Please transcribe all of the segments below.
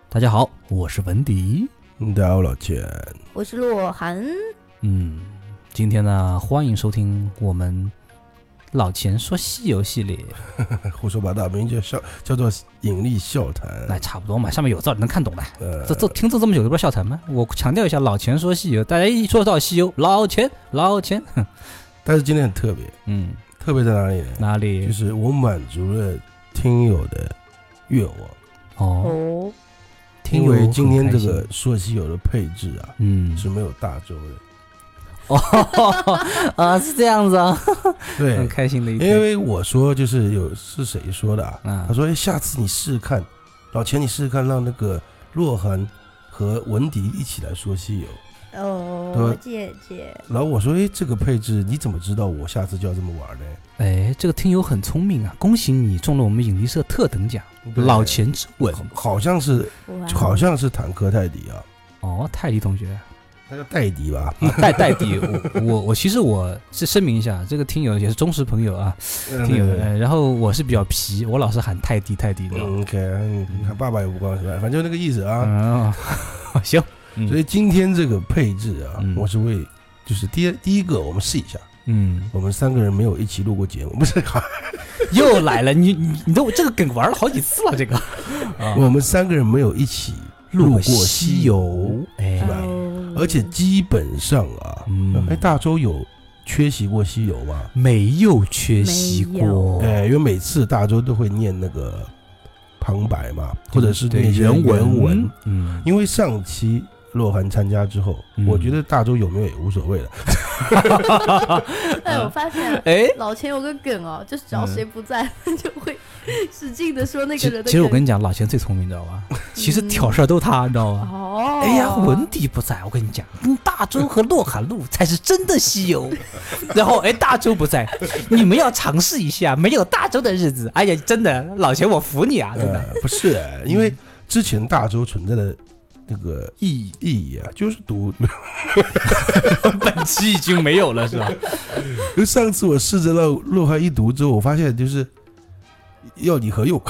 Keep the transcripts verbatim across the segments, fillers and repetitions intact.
大家好，我是文迪。 大家好，老钱。 我是洛涵。 嗯，今天呢，欢迎收听我们老钱说西游系列。 胡说八道，名叫笑，叫做引力笑谈。 那差不多嘛，上面有字你能看懂的。 呃， 这这听这这么久都不知道笑谈吗？我强调一下，老钱说西游，大家一说到西游，老钱老钱。 但是今天很特别， 嗯， 特别在哪里呢？ 哪里？ 就是我满足了听友的愿望。 哦， 哦， 因为今天这个说西游的配置啊， 嗯， 是没有大周的。 哦啊，是这样子啊， 对， 很开心的一天。 因为我说就是有是谁说的啊？ 嗯、 他说：“哎，下次你试试看，老钱你试试看，让那个洛涵和文迪一起来说西游。” 哦，姐姐。 然后我说：“哎，这个配置你怎么知道我下次就要这么玩呢？” 哎，这个听友很聪明啊！恭喜你中了我们引力社特等奖，老钱之吻， 好像是，好像是坦克泰迪啊。 哦，泰迪同学， 他叫戴迪吧？ 啊、戴戴迪，我我我其实我是声明一下，这个听友也是忠实朋友啊，听友。呃、然后我是比较皮，我老是喊泰迪泰迪的。 嗯 OK， 你看爸爸也不光是吧，反正就那个意思啊。 嗯，行。 所以今天这个配置啊， 嗯、 我是为就是第一第一个我们试一下。 嗯， 我们三个人没有一起录过节目，不是？ 又来了，你你你都这个梗玩了好几次了，这个。 啊、我们三个人没有一起录过西游， 哎， 是吧？而且基本上啊，嗯，哎，大周有缺席过西游吗？ 没有缺席过， 哎，因为每次大周都会念那个旁白嘛，或者是那些原文文，嗯， 因为上期洛涵参加之后，嗯、我觉得大周有没有也无所谓了。 哎，我发现， 哎， 老钱有个梗哦，就是只要谁不在，嗯、就会使劲的说那个人的梗。 其实我跟你讲，老钱最聪明，你知道吧？其实挑事儿都他，你知道吗？ 哦， 哎呀，文迪不在，我跟你讲，大周和洛涵录才是真的西游。然后，哎，大周不在，你们要尝试一下没有大周的日子。哎呀，真的，老钱我服你啊，真的。 呃、不是，因为之前大周存在的。这个意义意义啊，就是读本期已经没有了，是吧？ 因为上次我试着让洛涵一读之后，我发现就是要你何用？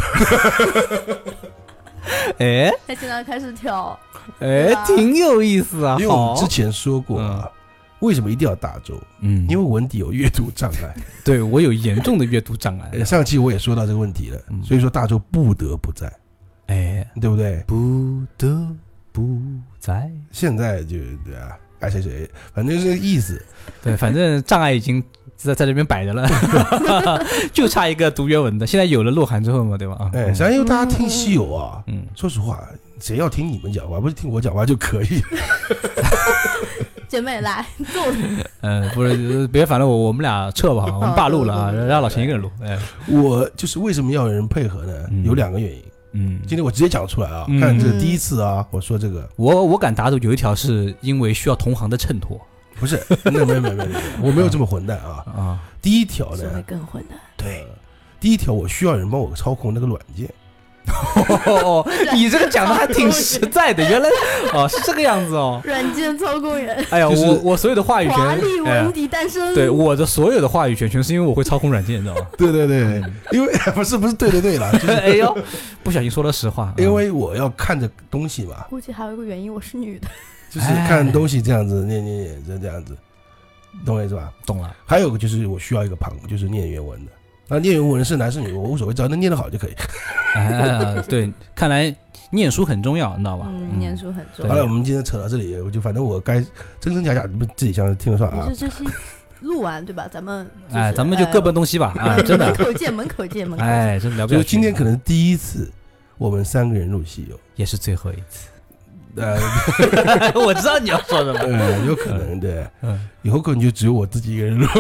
哎， 他现在开始跳， 哎，挺有意思啊。 因为我们之前说过啊，嗯、为什么一定要大周？嗯，因为文迪有阅读障碍， 对我有严重的阅读障碍。 上期我也说到这个问题了，嗯、所以说大周不得不在， 哎， 对不对？ 不得。不在， 现在就对啊，爱谁谁，反正是这个意思。 对，反正障碍已经在在这边摆着了，就差一个读原文的。现在有了洛涵之后嘛，对吧？啊， 哎，实际上因为大家听西游啊，嗯，说实话，谁要听你们讲话，不是听我讲话就可以。 姐妹来坐。 嗯，不是，别烦了我，我们俩撤吧，我们罢录了啊，让老钱一个人录。哎， 我就是为什么要有人配合呢？嗯、有两个原因。嗯，今天我直接讲出来啊！嗯、看这个第一次啊，我说这个， 我我敢打赌有一条是因为需要同行的衬托， 不是？那没有没有没有，我没有这么混蛋啊！啊，第一条呢， 会更混蛋。 对，第一条我需要人帮我操控那个软件。 哦，你这个讲的还挺实在的，原来哦是这个样子哦。 软件操控人。 哎呀，就是、我我所有的话语权， 华丽文迪诞生。 哎、对，我的所有的话语权全是因为我会操控软件，你知道吗？ 对对对，因为不是不是对对对了，就是、 哎呦，不小心说了实话。 因为我要看着东西嘛。 估计还有一个原因，我是女的。 就是看东西这样子念念念，就这样子，懂我意思吧？ 懂了。 还有个就是我需要一个旁，就是念原文的。那念原文是男是女我无所谓，只要能念得好就可以。 哎，对，看来念书很重要，你知道吧？ 嗯，念书很重要。 好了，我们今天扯到这里，我就反正我该真真假假，你们自己想听得上啊。 这这期录完对吧？咱们、就是、 哎，咱们就各奔东西吧啊！真的， 门口见，门口见，门口见。 哎，真的聊不了。就今天可能第一次，我们三个人录西游， 也是最后一次。 呃， 我知道你要说什么， 呃，有可能对，嗯，以后可能就只有我自己一个人录，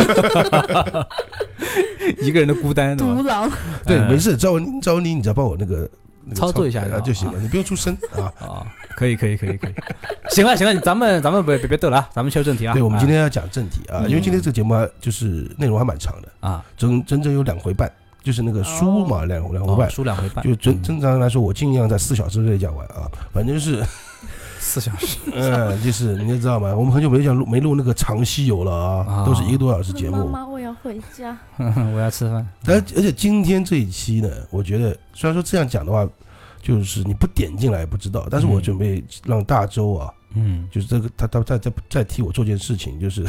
一个人的孤单， 独狼， 对，没事，赵文赵文妮，你只要帮我那个操作一下就行了，你不用出声啊啊，可以可以可以可以，行了行了，咱们咱们别别别逗了啊，咱们切入正题啊， 对，我们今天要讲正题啊，因为今天这个节目就是内容还蛮长的啊， 整整整有两回半。就是那个书嘛，两两回半， 书两回半， 就正正常来说，我尽量在四小时内讲完啊。反正是四小时， 嗯，就是你也知道吗？我们很久没讲录没录那个长西游了啊，都是一个多小时节目。 妈妈，我要回家， 我要吃饭。 而而且今天这一期呢，我觉得虽然说这样讲的话， 就是你不点进来也不知道。但是我准备让大周啊，嗯，就是这个他他在在在替我做件事情，就是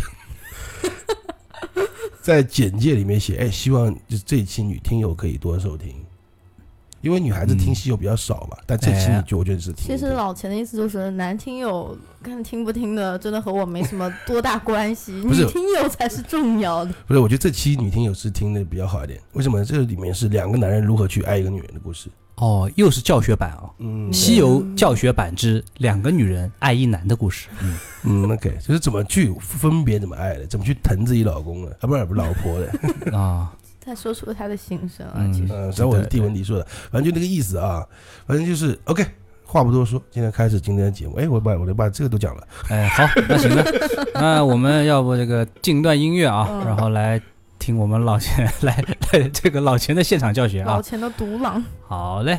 在简介里面写，哎，希望就是这一期女听友可以多收听。因为女孩子听西游比较少嘛，嗯、但这期你就我觉得是听。 其实老钱的意思就是，男听友看听不听的，真的和我没什么多大关系，女听友才是重要的。 不是，我觉得这期女听友是听的比较好一点。为什么？这里面是两个男人如何去爱一个女人的故事。 哦，又是教学版啊、哦！嗯，西游教学版之两个女人爱一男的故事。 嗯嗯 ，OK， 就是怎么去分别怎么爱的，怎么去疼自己老公的，啊，不是不是老婆的啊。 他说出了他的心声啊，其实， 嗯，然后我是替文迪说的，反正就那个意思啊，反正就是 OK， 话不多说，现在开始今天的节目。哎，我把我就把这个都讲了。 哎，好，那行了，那我们要不这个进段音乐啊，嗯、然后来听我们老钱来来这个老钱的现场教学啊， 老钱的独朗。 好嘞。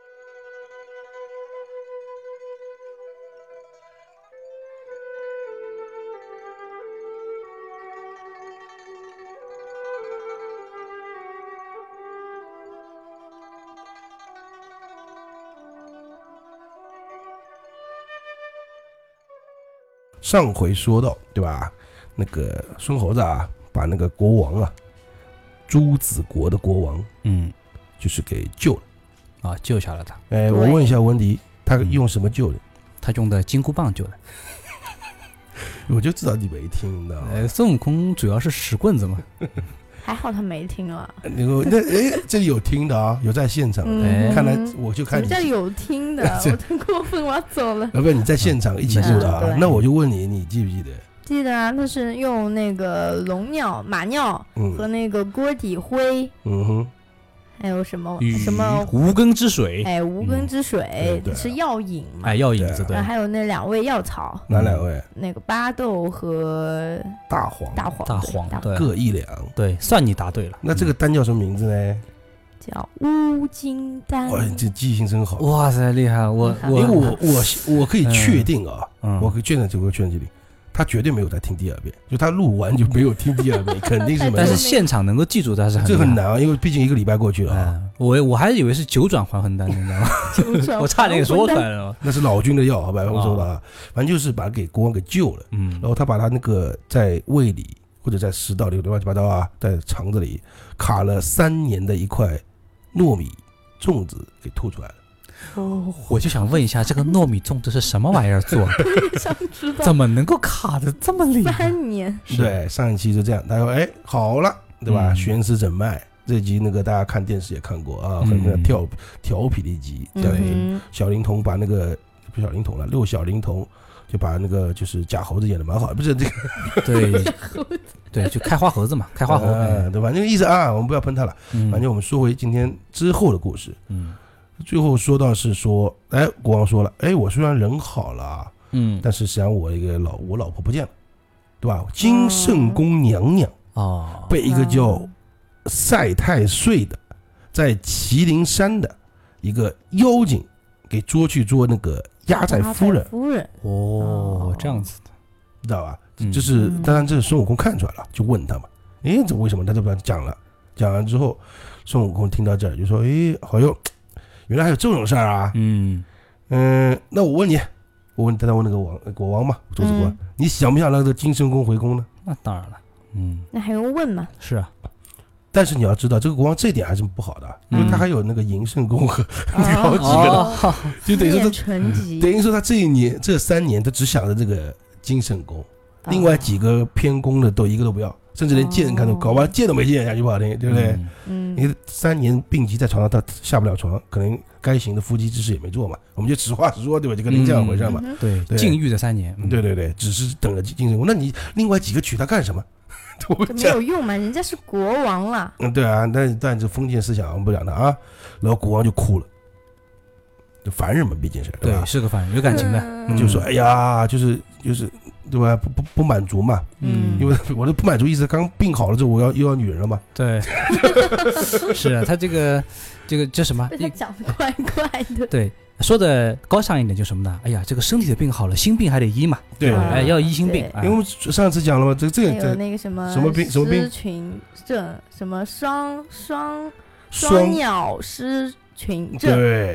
上回说到，对吧？那个孙猴子啊，把那个国王啊，朱子国的国王，嗯，就是给救了， 啊，救下了他。 哎，我问一下文迪，他用什么救的？ 他用的金箍棒救的。 我就知道你没听的。 呃，孙悟空主要是使棍子嘛。 还好他没听啊。 那个那哎，这里有听的啊，有在现场。嗯、看来我就看你。 什么叫有听的？我太过分，我要走了。 要不然你在现场一起录的啊？嗯、那我就问你，你记不记得？ 记得啊，那是用那个龙尿、马尿和那个锅底灰。嗯哼。还有什么什么无根之水？ 哎，无根之水、嗯、是药引嘛？ 哎，药引子对。 还有那两味药草， 哪两位？ 那个巴豆和大黄， 大黄， 大黄，对， 各一两。 对，算你答对了。 那这个丹叫什么名字呢？ 叫乌金丹。 哇，这记性真好！ 哇塞，厉害！我我因为我我我可以确定啊，嗯、我可以确定这个确定。他绝对没有在听第二遍，就他录完就没有听第二遍，肯定是没有。 但是现场能够记住，他是很这很难啊，因为毕竟一个礼拜过去了啊。 嗯、我我还以为是九转还魂丹，你知道吗？我差点给说出来了。 那是老君的药，好吧，我说了啊，反正就是把给国王给救了。嗯，然后他把他那个在胃里或者在食道里乱七八糟啊，在肠子里卡了三年的一块糯米粽子给吐出来了。 哦，我就想问一下，这个糯米粽子是什么玩意儿做的？怎么能够卡的这么厉害？ 三年。 对，上一期就这样，他说：“哎，好了，对吧？嗯、悬丝诊脉这集那个大家看电视也看过啊，很那调调皮的一集，对，嗯、小灵童把那个不是小灵童了，六小龄童就把那个就是假猴子演的蛮好，不是这个对对，就开花盒子嘛，开花盒， 嗯、对吧？那个意思啊，我们不要喷他了，嗯、反正我们说回今天之后的故事，嗯。”最后说到是说，哎，国王说了，哎，我虽然人好了，嗯，但是实际上我一个老我老婆不见了，对吧？金圣宫娘娘啊，被一个叫赛太岁的，在麒麟山的一个妖精给捉去做那个压寨夫人。 夫人哦，这样子的， 知道吧？就是，当然这是孙悟空看出来了，就问他嘛，哎，这为什么？他就不讲了，讲完之后，孙悟空听到这儿就说，哎，好哟。原来还有这种事儿啊！嗯嗯、呃，那我问你，我问他问那个王国王嘛，周子国，嗯、你想不想让这个金圣宫回宫呢？ 那当然了，嗯， 那还用问吗？ 是啊， 但是你要知道，这个国王这点还是不好的，因为他还有那个银圣宫和好几个的，哦、就等于说他等于说他这一年这三年他只想着这个金圣宫，哦、另外几个偏宫的都一个都不要。甚至连见看都搞完，见都没见下去不好听，对不对？嗯，因为三年病疾在床上，他下不了床，可能该行的夫妻之事也没做嘛。我们就实话实说，对吧？就跟您这样回事嘛。 嗯、对，对禁欲的三年， 对对对，只是等着精神。那你另外几个娶她干什么？ 没有用嘛，人家是国王了。 嗯，对啊，但但这封建思想不讲的啊。然后国王就哭了，就凡人嘛，毕竟是对吧？ 对，是个凡人，有感情的， 嗯、 就说哎呀，就是就是。对吧？不不不满足嘛，嗯，因为我的不满足意思，刚病好了之后，我要又要女人了嘛。 对，是啊，他这个这个叫什么？ 他讲的怪怪的。 对，说的高尚一点就什么呢？哎呀，这个身体的病好了，心病还得医嘛。 对， 哎，要医心病。 因为我们上次讲了嘛，这这个还有那个什么什么病什么病？ 失群症，什么双双双鸟失群症。 对。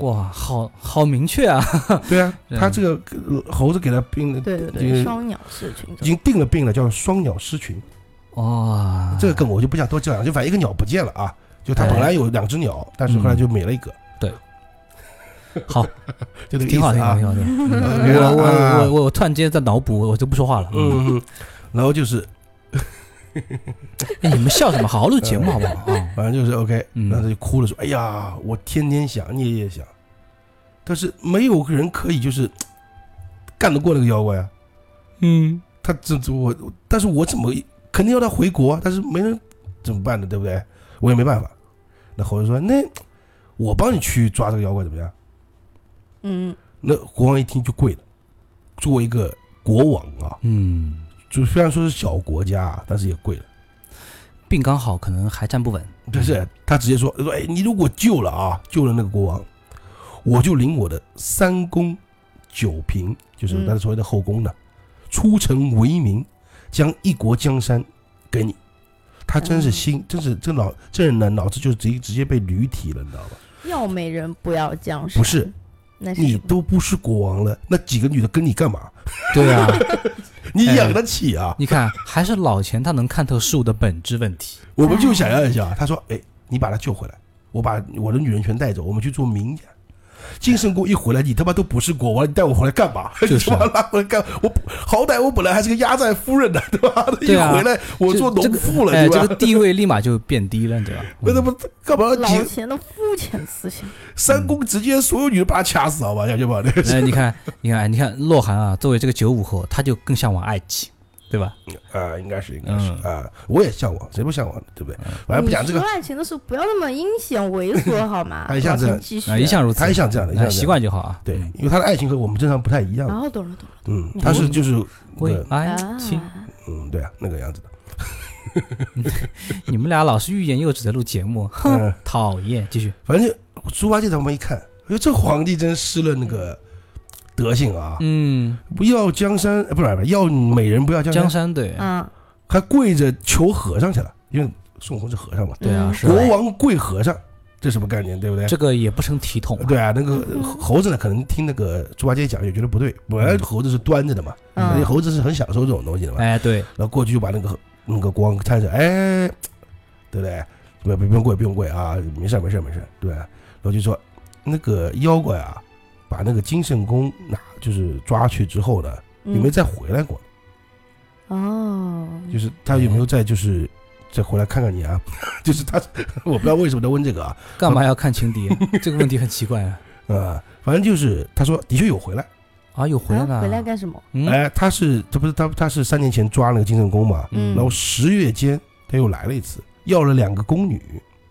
哇，好好明确啊！ 对啊，他这个猴子给他病的， 对对对，双鸟失群， 已经定了病了，叫双鸟失群。 哇， 这个梗我就不想多讲，就反正一个鸟不见了啊，就他本来有两只鸟，但是后来就没了一个。 对，好， 就这个挺好，挺好，挺好，挺好。我我我我我突然间在脑补，我就不说话了。 嗯，然后就是。 你们笑什么？好好录节目好不好啊？ 反正就是 OK， 然后他就哭了，说：“哎呀，我天天想，你也想，但是没有个人可以就是干得过那个妖怪啊。”嗯，他这这我，但是我怎么肯定要他回国，但是没人怎么办呢？对不对？我也没办法。那猴子说：“那我帮你去抓这个妖怪怎么样？”嗯，那国王一听就跪了，作为一个国王啊，嗯。就虽然说是小国家，但是也贵了。 病刚好，可能还站不稳。 不是，他直接说：“说哎，你如果救了啊，救了那个国王，我就领我的三公九嫔，就是他所谓的后宫的，出城为民，将一国江山给你。”他真是心，真是这脑这人的脑子就直接直接被驴踢了，你知道吧？ 要美人不要江山。 不是，你都不是国王了，那几个女的跟你干嘛？ 对啊。 你养得起啊、哎？ 你看，还是老钱他能看透事物的本质问题。 我们就想要一下，他说：“哎，你把他救回来，我把我的女人全带走，我们去做名家。金圣公一回来，你他妈都不是国王，你带我回来干嘛？ 就是他妈拉回来干？我好歹我本来还是个压寨夫人呢，对吧？ 对啊、 一回来我做农妇了， 哎， 对吧？ 这个地位立马就变低了，对吧？ 那他妈干嘛？ 老钱的肤浅思想。 三公直接所有女人把他掐死，好吧？想就把那个。 哎，你看，你看，你看，洛涵啊，作为这个九五后，他就更向往爱情。对吧？ 啊、呃，应该是，应该是啊、嗯呃，我也向往，谁不向往，对不对？反正不讲这个。 说爱情的时候不要那么阴险猥琐，好吗？ 他一向这样， 啊，一向如此， 他一向这样的， 习惯就好啊。 对，因为他的爱情和我们正常不太一样。 然后懂了，懂了。 嗯，他是就是为爱情。 嗯，对啊，那个样子的。 你们俩老是欲言又止的录节目，哼，讨厌。继续， 反正猪八戒他们一看，哎，这皇帝真失了那个。德性啊，嗯，不要江山，不是不是，要美人不要江山， 江山对， 嗯， 还跪着求和尚去了，因为孙悟空是和尚嘛， 对啊， 国王跪和尚，这什么概念，对不对？ 这个也不成体统、啊， 对啊，那个猴子呢，可能听那个猪八戒讲也觉得不对，本来猴子是端着的嘛，而且、嗯、猴子是很享受这种东西的嘛， 哎，对， 然后过去就把那个那个国王搀着，哎，对不对？不不用跪，不用跪啊，没事没事没事，对、啊，然后就说那个妖怪啊。把那个金圣公拿就是抓去之后呢，有没有再回来过？ 哦， 就是他有没有再就是再回来看看你啊？就是他，我不知道为什么在问这个啊？ 干嘛要看情敌？这个问题很奇怪啊。 啊，反正就是他说的确有回来啊，有回来了。 回来干什么？ 哎，他是他不是他他是三年前抓那个金圣公嘛， 嗯， 然后十月间他又来了一次，要了两个宫女。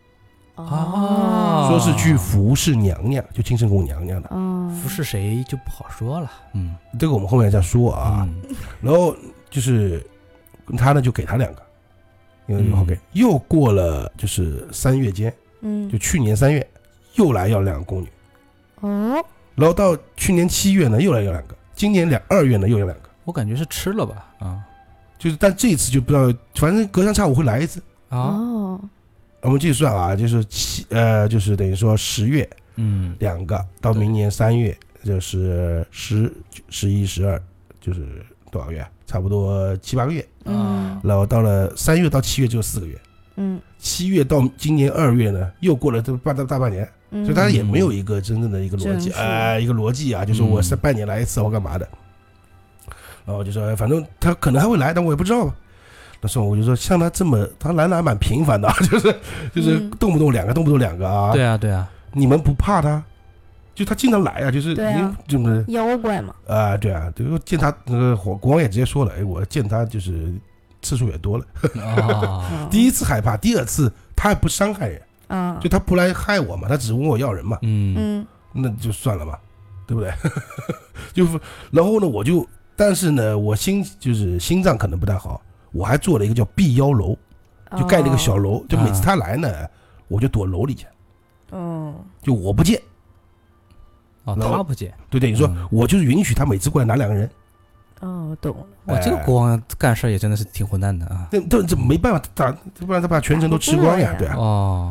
哦， 说是去服侍娘娘，就金圣公娘娘的。 哦， 服侍谁就不好说了。嗯， 这个我们后面再说啊。嗯、然后就是他呢就给他两个，因为 OK、嗯、又过了就是三月间， 嗯， 就去年三月又来要两个宫女。 哦， 然后到去年七月呢又来要两个，今年两二月呢又有两个。 我感觉是吃了吧？啊， 就是但这次就不知道，反正隔三差五会来一次。 哦。 我们继续算啊，就是七呃，就是等于说十月， 嗯， 两个到明年三月，就是十、十一、十二，就是多少个月？差不多七八个月。 嗯， 然后到了三月到七月只有四个月。 嗯， 七月到今年二月呢，又过了这半大大半年， 嗯、 所以它也没有一个真正的一个逻辑，哎、呃，一个逻辑啊，就是我是半年来一次，我干嘛的？然后就说，反正他可能还会来，但我也不知道吧。那时候我就说，像他这么，他来来蛮频繁的，就是就是动不动两个，动不动两个啊。 对啊，对啊， 你们不怕他？就他经常来啊，就是对啊， 就是妖怪嘛。 啊、呃，对啊，这个见他那个国王也直接说了，哎，我见他就是次数也多了。 哦、 第一次害怕，第二次他还不伤害人啊， 就他不来害我嘛，他只问我要人嘛。 嗯嗯， 那就算了嘛，对不对？就是然后呢，我就但是呢，我心就是心脏可能不太好。我还做了一个叫避妖楼，就盖了一个小楼， oh. 就每次他来呢，我就躲楼里去。 嗯， 就我不见。 哦，他不见。 对对，你说我就是允许他每次过来拿两个人。 哦，懂了。 哇，这个国王干事也真的是挺混蛋的啊。 那这这没办法，他不然他把全城都吃光呀，对啊。 哦。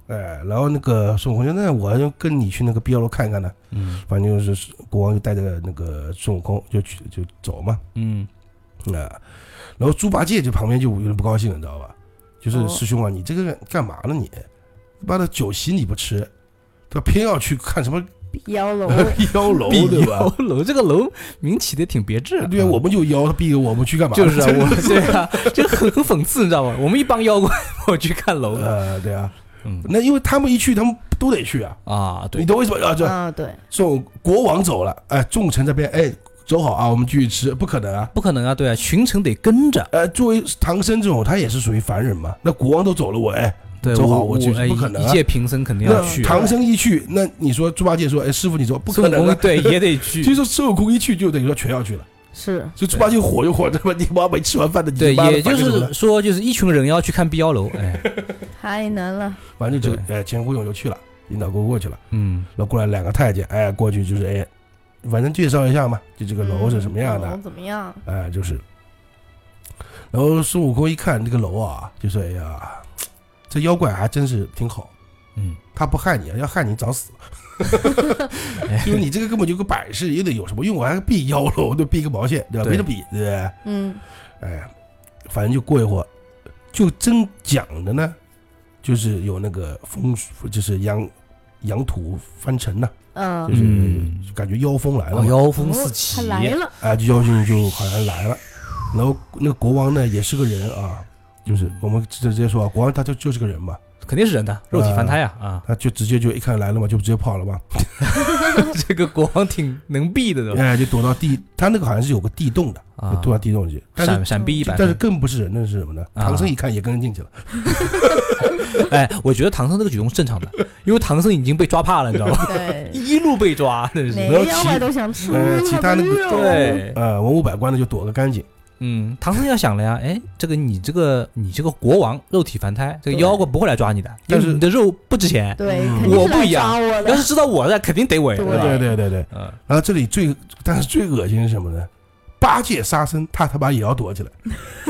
哎，然后那个孙悟空就那我就跟你去那个碧瑶楼看看呢。嗯，反正就是国王就带着那个孙悟空就去就走嘛。嗯，啊，然后猪八戒就旁边就有点不高兴了，你知道吧？就是师兄啊，你这个干嘛呢你？妈的酒席你不吃，他偏要去看什么？ 碧瑶楼， 碧瑶楼，对吧？ 碧瑶楼这个楼名起的挺别致。 对啊，我们就妖，他逼着我们去干嘛？ 就是啊，我对啊，这很很讽刺，你知道吗？我们一帮妖怪，我去看楼。 呃，对啊，嗯，那因为他们一去，他们都得去啊。啊，对，你懂为什么啊？这啊，对， 送国王走了，哎，众臣这边，哎，走好啊，我们继续吃，不可能啊， 不可能啊，对啊，群臣得跟着。 呃，作为唐僧这种，他也是属于凡人嘛。那国王都走了，我哎。 对， 走好，我去，不可能、啊。 一介贫僧肯定要去。 唐僧一去，那你说猪八戒说，哎，师傅你说不可能、啊， 对，也得去。 所以说孙悟空一去，就等于说全要去了。 是， 所以猪八戒火就火，对吧？你妈没吃完饭的， 对，也就是说，就是一群人要去看碧瑶楼，哎， 太难了。 反正就哎，钱姑勇就去了，引导过过去了，嗯，然后过来两个太监，哎，过去就是哎，反正介绍一下嘛，就这个楼是什么样的， 楼怎么样？ 哎，就是，然后孙悟空一看这个楼啊，就说哎呀。这妖怪还真是挺好，嗯，他不害你，要害你早死。就是你这个根本就个摆设，也得有什么用？我还避妖楼，都避个毛线，对吧？没得比，对不对？嗯，哎，反正就过一会儿，就真讲的呢，就是有那个风，就是扬扬土翻尘呐，嗯，就是感觉妖风来了， 妖风四起， 来了， 哎，妖精就好像来了，然后那个国王呢也是个人啊。就是我们直接说啊，国王他就就是个人嘛， 肯定是人的，肉体凡胎啊啊！ 他就直接就一看来了嘛，就直接跑了嘛。 这个国王挺能避的，对吧？ 哎，就躲到地，他那个好像是有个地洞的，啊、躲到地洞去， 闪闪避一般。 但是更不是人，那是什么呢？唐僧一看也跟着进去了。 哎，我觉得唐僧这个举动是正常的，因为唐僧已经被抓怕了，你知道吗？对，一路被抓，那是。 每个妖怪都想吃， 呃，其他那个对， 呃，文武百官的就躲个干净。 嗯，唐僧要想了呀，哎，这个你这个你这个国王肉体凡胎，这个妖怪不会来抓你的，但是你的肉不值钱， 对， 我不一样，要是知道我的，肯定逮我， 对对对对对，嗯，然后这里最但是最恶心是什么呢？八戒沙僧他他妈也要躲起来。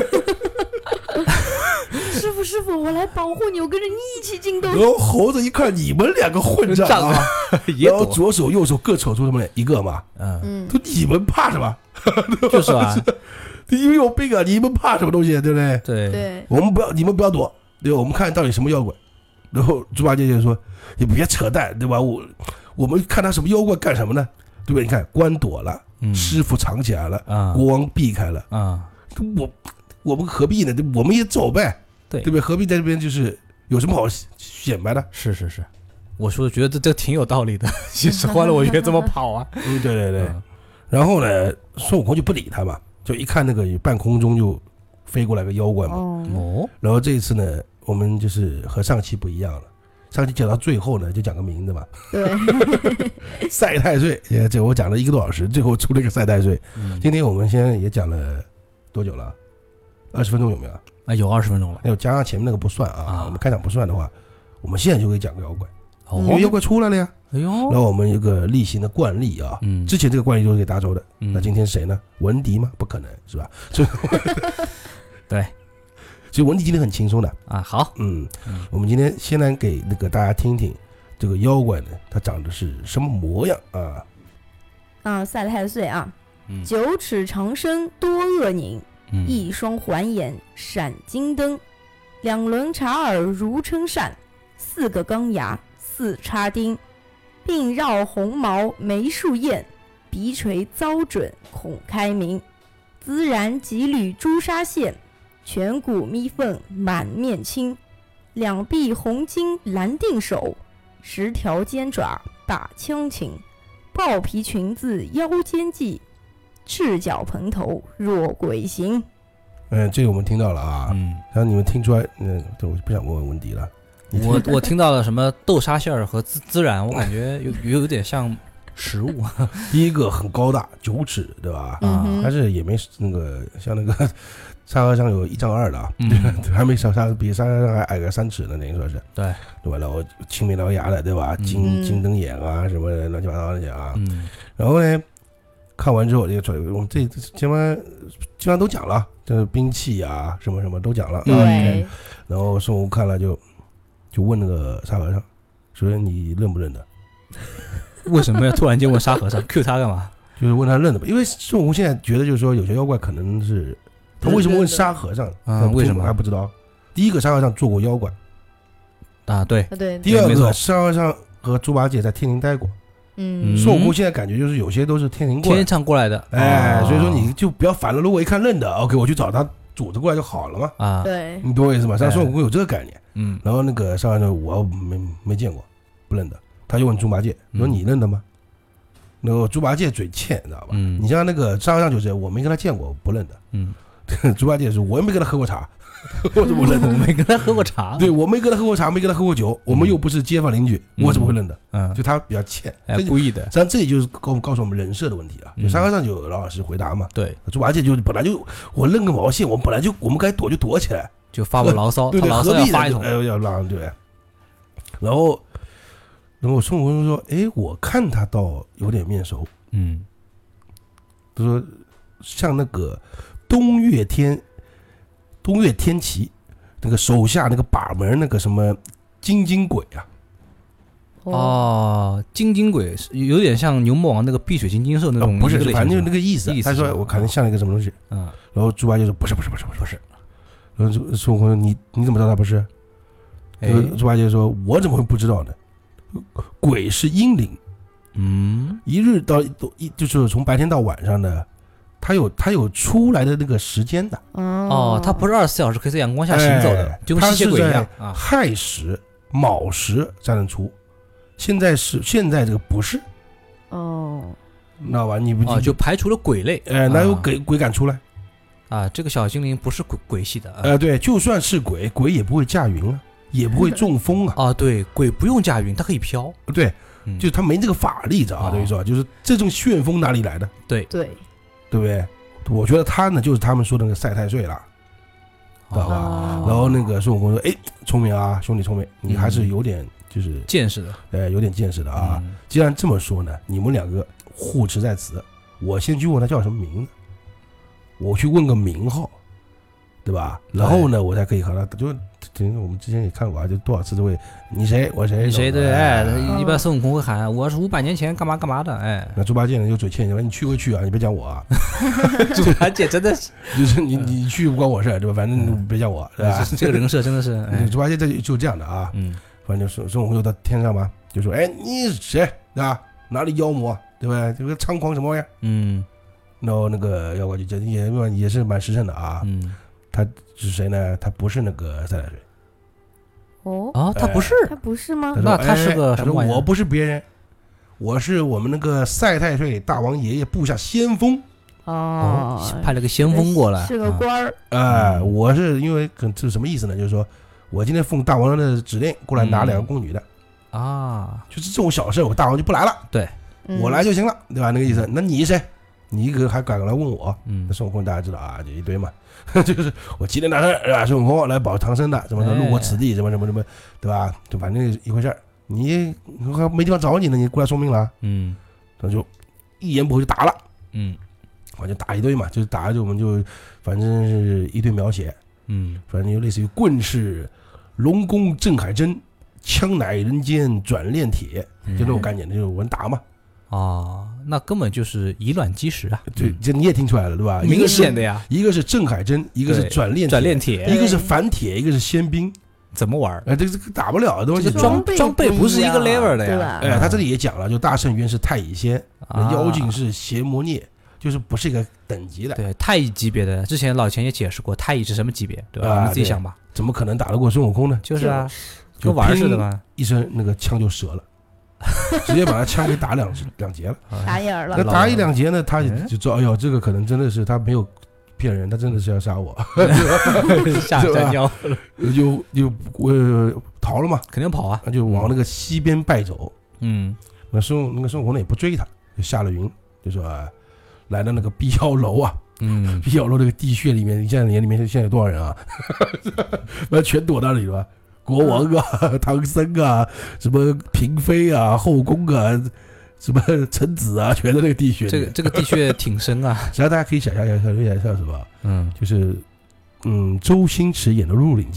师傅师傅，我来保护你，我跟着你一起进洞。 然后猴子一看你们两个混账啊，然后左手右手各瞅出他们一个嘛，嗯，都你们怕什么？ 就是啊。 因为有病啊！你们怕什么东西，对不对？ 对对， 我们不要，你们不要躲，对吧？我们看到底什么妖怪。然后猪八戒就说：“你别扯淡，对吧？我我们看他什么妖怪干什么呢？对吧？你看官躲了，嗯、师傅藏起来了，啊、国王避开了啊！我我们何必呢？我们也走呗， 对对不对？何必在这边就是有什么好显摆的？ 是是是，我说觉得这挺有道理的。其实换了我觉得这么跑啊， 嗯，对对对。嗯、然后呢，孙悟空就不理他嘛。”就一看那个半空中就飞过来个妖怪嘛，哦，然后这一次呢，我们就是和上期不一样了。上期讲到最后呢，就讲个名字嘛， 对， 赛太岁，也这我讲了一个多小时，最后出了一个赛太岁。嗯、今天我们现在也讲了多久了？二十分钟有没有？ 啊，有二十分钟了。 要加上前面那个不算啊，啊我们开场不算的话，我们现在就可以讲个妖怪。哦、因为妖怪出来了呀，哎呦，然后我们有个例行的惯例啊，嗯，之前这个惯例都是给大周的，嗯、那今天谁呢？文迪吗？不可能是吧？所以， 对， 所以文迪今天很轻松的啊。好， 嗯，嗯我们今天先来给那个大家听听这个妖怪呢，它长得是什么模样啊？ 啊，赛太岁啊，嗯、九尺长身多恶拧，嗯、一双环眼闪金灯，两轮茶耳如撑扇，四个钢牙。四插钉，鬓绕红毛眉竖燕，鼻垂遭准孔开明，孜然几缕朱砂线，颧骨眯缝满面青，两臂红筋蓝定手，十条尖爪把枪擒，豹皮裙子腰间系，赤脚蓬头若鬼形。 嗯，这个我们听到了啊，嗯，然后你们听出来，嗯，对，我就不想问问文迪了。 我我听到了什么豆沙馅儿和孜孜然，我感觉有有点像食物。 第一个很高大，九尺，对吧？啊、嗯，但是也没那个像那个沙和尚有一丈二的啊，嗯、还没沙沙比沙和尚还矮个三尺呢，等于说是。对，对吧？然后青眉獠牙的，对吧？金、嗯、金灯眼啊，什么乱七八糟那些啊。嗯。然后呢，看完之后，这个我们这基本上基本上都讲了，这兵器啊，什么什么都讲了。 对。 然后孙悟空看了就。 就问那个沙和尚，说你认不认得？ 为什么要突然间问沙和尚 Q 他干嘛？ 就是问他认得吧，因为孙悟空现在觉得就是说有些妖怪可能是他为什么问沙和尚？ 嗯，为什么还不知道？第一个沙和尚做过妖怪啊，对， 对。 第二个沙和尚和猪八戒在天庭待过。 嗯， 孙悟空现在感觉就是有些都是天庭过来， 天上过来的， 哎，所以说你就不要烦了。如果一看认得 ，OK， 我去找他组织过来就好了嘛。 啊， 对， 你懂我意思吗？像孙悟空有这个概念。 嗯， 然后那个沙和尚我没没见过，不认得。他就问猪八戒说：“你认得吗？”那个猪八戒嘴欠，知道吧？嗯，你像那个沙和尚就是我没跟他见过，不认得。嗯，猪八戒说：“我也没跟他喝过茶。”我怎么认得？ 我没跟他喝过茶。 对，我没跟他喝过茶，没跟他喝过酒，我们又不是街坊邻居，我怎么会认得？嗯，就他比较欠， 故意的。 实际上这里就是告告诉我们人设的问题了。就沙和尚就老老实回答嘛。 对， 猪八戒就本来就我认个毛线，我本来就我们该躲就躲起来， 就发不牢骚， 对对， 牢骚要发一通， 哎，要让对。然后，然后孙悟空说：“哎，我看他倒有点面熟。”嗯，他说像那个东岳天。东岳天齐那个手下那个把门那个什么金睛鬼啊， 哦，金睛鬼有点像牛魔王那个碧水金睛兽那种、 哦，不是，反正就是那个意思。 意思他说我可能像一个什么东西，嗯，然后猪八戒说不是不是不是不是不是，然后孙悟空说你你怎么知道他不是？哎，猪八戒说我怎么会不知道呢？鬼是阴灵，嗯，一日到一就是从白天到晚上的。他有他有出来的那个时间的哦，他不是二十四小时可以在阳光下行走的，哎、就跟吸血鬼一样啊。 亥时、卯时才能出，现在是现在这个不是哦，知道吧？你不哦，就排除了鬼类， 哎，哪有鬼、啊、鬼敢出来啊？这个小精灵不是鬼鬼系的，啊、 呃，对，就算是鬼，鬼也不会驾云啊，也不会中风啊。 啊，对，鬼不用驾云，它可以飘， 对，嗯、就是他没这个法力，知道吧？等于说，就是这种旋风哪里来的？ 对对。 对不对？我觉得他呢，就是他们说的那个赛太岁了，知道吧？哦、然后那个孙悟空说：“哎，聪明啊，兄弟聪明，你还是有点就是见识的， 哎，有点见识的啊。嗯、既然这么说呢，你们两个互持在此，我先去问他叫什么名字，我去问个名号，对吧？然后呢，我才可以和他就。”我们之前也看过啊，就多少次都会你谁我谁你谁对哎，一般孙悟空会喊我是五百年前干嘛干嘛的哎， 那猪八戒呢就嘴欠你，你去不去啊？你别讲我啊！ 猪八戒真的是就是你你去不关我事对吧？反正别讲我，对吧？ 这个人设真的是， 哎、猪八戒这就这样的啊，嗯，反正孙孙悟空就到天上嘛，就说哎你是谁对吧？哪里妖魔对吧？这个猖狂什么玩意儿？嗯，然后那个妖怪就讲也也是蛮实诚的啊，嗯，他是谁呢？他不是那个赛太岁。 哦啊，他不是， 他不是吗？ 那他是个什么玩意？ 我不是别人，我是我们那个赛太岁大王爷爷部下先锋。 哦， 派了个先锋过来， 是个官儿。 哎，我是因为这是什么意思呢？就是说我今天奉大王的指令过来拿两个宫女的啊，就是这种小事，我大王就不来了。 对， 我来就行了，对吧？那个意思。那你谁？你一个还敢来问我？嗯，那孙悟空大家知道啊，就一堆嘛。就是我齐天大圣是吧？孙悟空来保唐僧的，怎么怎么路过此地，什么什么什么，对吧？就反正一回事儿。你还没地方找你呢，你过来送命了。嗯，他就一言不合就打了。嗯，反正打一堆嘛，就是打就我们就反正是一堆描写。嗯，反正就类似于棍是龙宫镇海针，枪乃人间转炼铁，就这种概念，就是文打嘛。 啊，那根本就是以卵击石啊！ 对，这你也听出来了，对吧？ 明显的呀， 一个是镇海针，一个是转炼转炼铁， 一个是反铁，一个是仙兵， 怎么玩？ 哎，这个这个打不了的东西， 装装备不是一个 level 的呀。 哎，他这里也讲了，就大圣原是太乙仙，妖精是邪魔孽，就是不是一个等级的。 对，太乙级别的，之前老钱也解释过，太乙是什么级别，对吧？你自己想吧。 怎么可能打得过孙悟空呢？ 就是啊，跟玩似的嘛。 一声那个枪就折了。直接把他枪给打两两截了， 打眼了。 那打一两截呢，他就知道，哎呦，这个可能真的是他没有骗人，他真的是要杀我， 吓战妖了， 就就呃逃了嘛， 肯定跑啊， 就往那个西边败走。嗯，那孙那个孙悟空呢也不追他，就下了云，就说啊，来到那个碧瑶楼啊，嗯，碧瑶楼那个地穴里面，现在里面现在有多少人啊？那全躲那里了。国王啊，唐僧啊，什么嫔妃啊，后宫啊，什么臣子啊，全在那个地穴。 这个这个地穴挺深啊， 实际上大家可以想象一下，想象一下什么？嗯，就是嗯，周星驰演的《鹿鼎记》，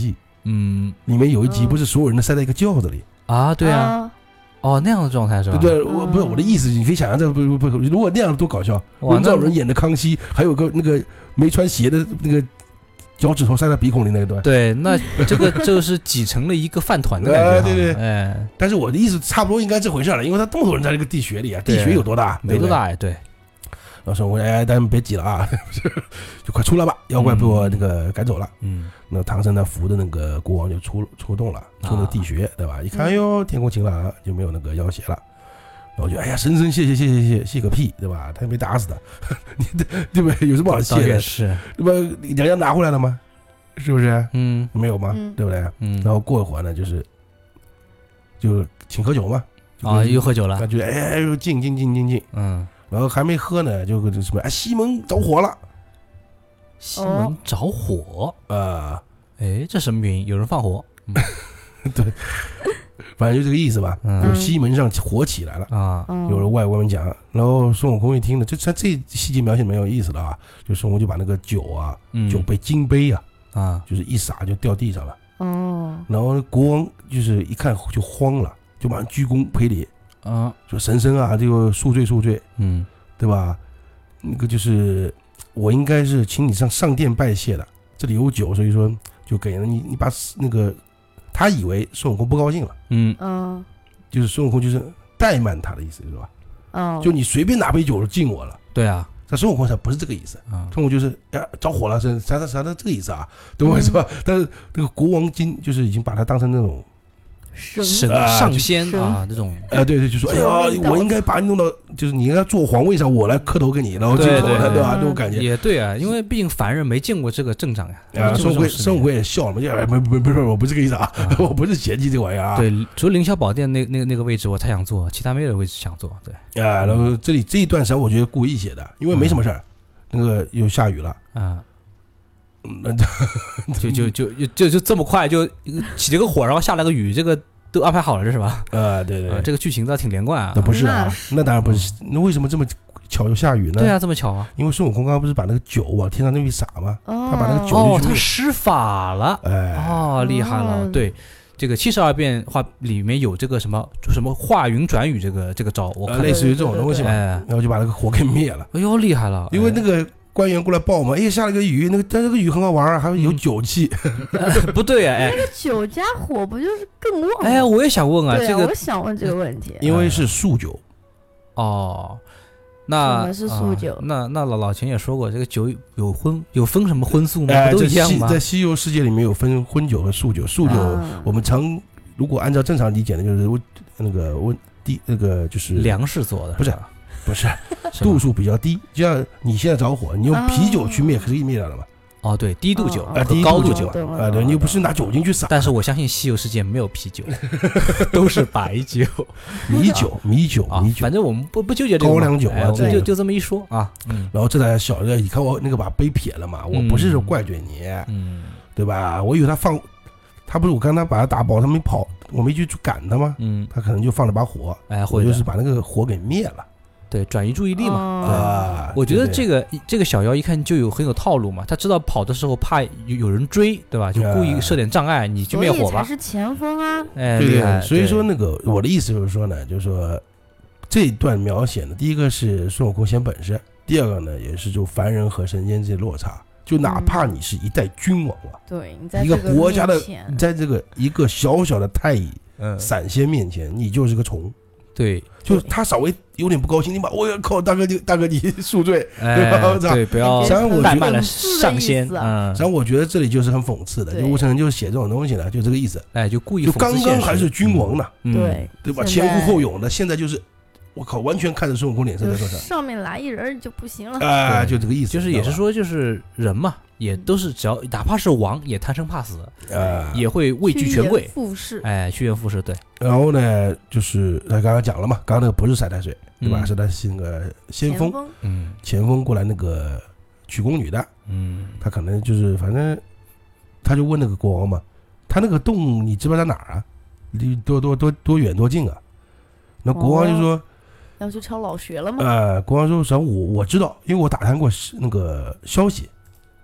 嗯， 里面有一集不是所有人都塞在一个轿子里啊？对啊， 啊哦，那样的状态是吧？ 对对，我不是我的意思，你可以想象这不不不，如果那样多搞笑。温兆伦演的康熙，还有个那个没穿鞋的那个脚趾头塞在鼻孔里那一段。 对，那这个就是挤成了一个饭团的感觉。 对对， 哎， 但是我的意思差不多应该这回事了，因为他这么多人在这个地穴里啊，地穴有多大？ 没多大哎，对。 然后说：“我哎，大家别挤了啊，就快出来吧，妖怪被我那个赶走了。”嗯，那唐僧呢扶着那个国王就出出洞了，出那个地穴，对吧？一看，哎呦，天空晴朗，就没有那个妖邪了。然后就哎呀，深深谢谢谢谢谢谢个屁，对吧？他也没打死他，你对不对？有什么好谢的？ 是， 对吧？娘娘拿回来了吗？是不是？嗯，没有吗？ 嗯、 对不对？嗯。然后过一会儿呢，就是就请喝酒嘛。 啊，又喝酒了。 感觉哎，又敬敬敬敬敬，嗯。然后还没喝呢，就什么啊，西门着火了， 西门着火啊！ 哎，这什么原因？有人放火？ 嗯、对，反正就这个意思吧。嗯、就西门上火起来了啊！有人外国人讲，然后孙悟空一听呢，这这这细节描写蛮有意思的啊！就孙悟空就把那个酒啊，嗯、酒杯金杯啊，啊，就是一洒就掉地上了。哦。然后国王就是一看就慌了，就马上鞠躬赔礼。啊，说神僧啊，这个恕罪恕罪，嗯，对吧？那个就是我应该是请你上上殿拜谢的，这里有酒，所以说就给了你，你把那个他以为孙悟空不高兴了，嗯嗯，就是孙悟空就是怠慢他的意思，是吧？哦，就你随便拿杯酒就敬我了， 对啊， 但孙悟空他不是这个意思，孙悟空就是呀着火了，是啥啥啥的这个意思啊，懂我意思吧？但是这个国王今就是已经把他当成那种。 神上仙啊，这种哎，对对，就说哎呀，我应该把你弄到，就是你应该坐皇位上，我来磕头给你，然后敬头的，对吧？这种感觉也对啊，因为毕竟凡人没见过这个阵仗呀。 啊，孙悟空孙悟空也笑了嘛，哎，不不不是，我不是这个意思啊，我不是嫌弃这玩意儿啊。 对，除了凌霄宝殿那那个那个位置我才想坐，其他没有位置想坐。对啊，然后这里这一段实际上我觉得故意写的，因为没什么事儿，那个又下雨了啊。 嗯，就就就就就这么快就起了个火，然后下了个雨，这个。都安排好了，这是吧？ 呃，对对、 呃，这个剧情倒挺连贯啊。 那不是啊，那当然不是。那为什么这么巧就下雨呢？ 对啊，这么巧啊。 因为孙悟空刚刚不是把那个酒往天上那一洒吗？哦、他把那个酒哦，他施法了。哎，哦，厉害了。对，这个七十二变化里面有这个什么什么化云转雨这个这个招，我看、 呃、类似于这种东西嘛。哎，然后就把那个火给灭了。 哎呦，厉害了！ 因为那个。官员过来报嘛，哎，下了个雨，那个但这个雨很好玩，还有酒气。 嗯、不对啊，哎， 那个酒加火不就是更旺？ 哎，我也想问啊， 对啊这个我想问这个问题， 因为是素酒。 哦，那什么是素酒？ 啊、那那老老钱也说过，这个酒有荤有分什么荤素吗？ 哎、 不都一样吗？ 在西游世界里面有分荤酒和素酒，素酒、啊、我们常如果按照正常理解的，就是温那个温低那个就是粮食做的， 不是。不是，度数比较低，就像你现在着火，你用啤酒去灭，可是灭掉了嘛？ 哦，对，低度酒啊，低高度酒啊，对，你又不是拿酒精去洒。 但是我相信西游世界没有啤酒，都是白酒、 米酒、米酒、米酒。 反正我们不不纠结这个高粱酒啊， 就就这么一说啊。 然后这大家小的，你看我那个把杯撇了嘛，我不是怪罪你，嗯，对吧？我以为他放，他不是我刚才把他打爆，他没跑，我没去赶他吗？嗯，他可能就放了把火，哎，我就是把那个火给灭了。 对，转移注意力嘛。 哦、啊， 我觉得这个这个小妖一看就有很有套路嘛，他知道跑的时候怕有有人追，对吧？就故意设点障碍，你去灭火吧。 所以才是前锋啊！ 哎， 对对。所以说那个我的意思就是说呢，就是说这一段描写呢，第一个是孙悟空显本事，第二个呢也是就凡人和神仙这落差。就哪怕你是一代君王啊， 对，你在一个国家的，你在这个一个小小的太乙、嗯、散仙面前，你就是个虫。 对， 就他稍微有点不高兴，你把我要靠大哥你大哥你恕罪， 哎、 对吧？ 对，不要怠慢了上仙。 嗯，然后我觉得这里就是很讽刺的，就吴承恩就写这种东西呢，就这个意思。 哎，就故意就刚刚还是君王呢， 嗯、对对吧？前呼后拥的，现在就是。我靠，完全看着孙悟空脸色在说啥， 上面来一人就不行了啊、呃，就这个意思， 就是也是说，就是人嘛，也都是只要哪怕是王，也贪生怕死，呃，也会畏惧权贵， 附势， 哎，趋炎附势，对。 然后呢，就是他刚刚讲了嘛，刚刚那个不是赛太岁，对吧？嗯、是他是那个先锋，嗯，前锋过来那个娶宫女的，嗯，他可能就是反正他就问那个国王嘛，他那个洞你知不知道在哪儿啊？离多多多多远多近啊？那国王就说。哦要去抄老学了吗？ 呃，国王说：“实际上我我知道，因为我打探过那个消息，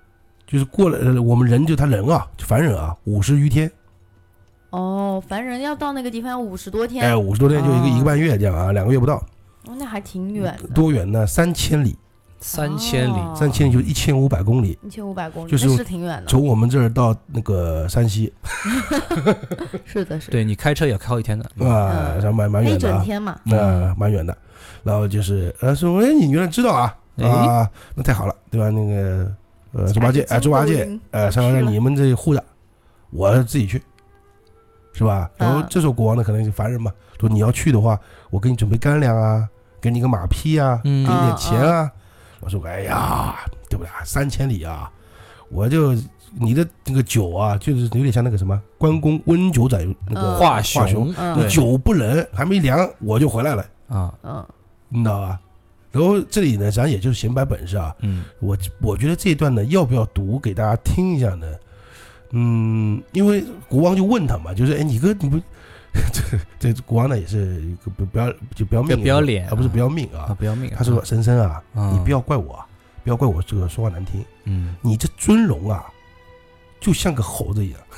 就是过了呃我们人就他人啊，凡人啊，五十余天。 哦，凡人要到那个地方要五十多天。 哎，五十多天就一个、 哦、 一个半月这样啊，两个月不到。 哦，那还挺远的。 多远呢？三千里。 三千里， 哦、 三千里就一千五百公里。 一千五百公里， 就是是挺远的。 从我们这儿到那个山西。 是的，是的。 对你开车也要开好几天的啊，然后蛮蛮远的、啊， 一整天嘛。 啊，蛮远的。然后就是呃说，哎，你原来知道啊？啊，那太好了，对吧？那个呃，猪八戒，哎，猪八戒，呃，上让你们这护着，我自己去，是吧？然后这时候国王呢，可能就烦人嘛，说你要去的话，我给你准备干粮啊，给你个马匹啊，给你点钱啊。我说，哎呀，对不对？三千里啊，我就你的那个酒啊，就是有点像那个什么关公温酒斩那个华雄，酒不冷还没凉，我就回来了啊， 嗯， 你知道吧？然后这里呢，实际上也就是显摆本事啊。 嗯， 我我觉得这一段呢，要不要读给大家听一下呢？嗯，因为国王就问他嘛，就是哎，你哥你不，这这国王呢也是不不要就不要命， 不要脸， 而不是不要命啊， 不要命。 他说深深啊，你不要怪我，不要怪我这个说话难听。 嗯， 你这尊容啊，就像个猴子一样。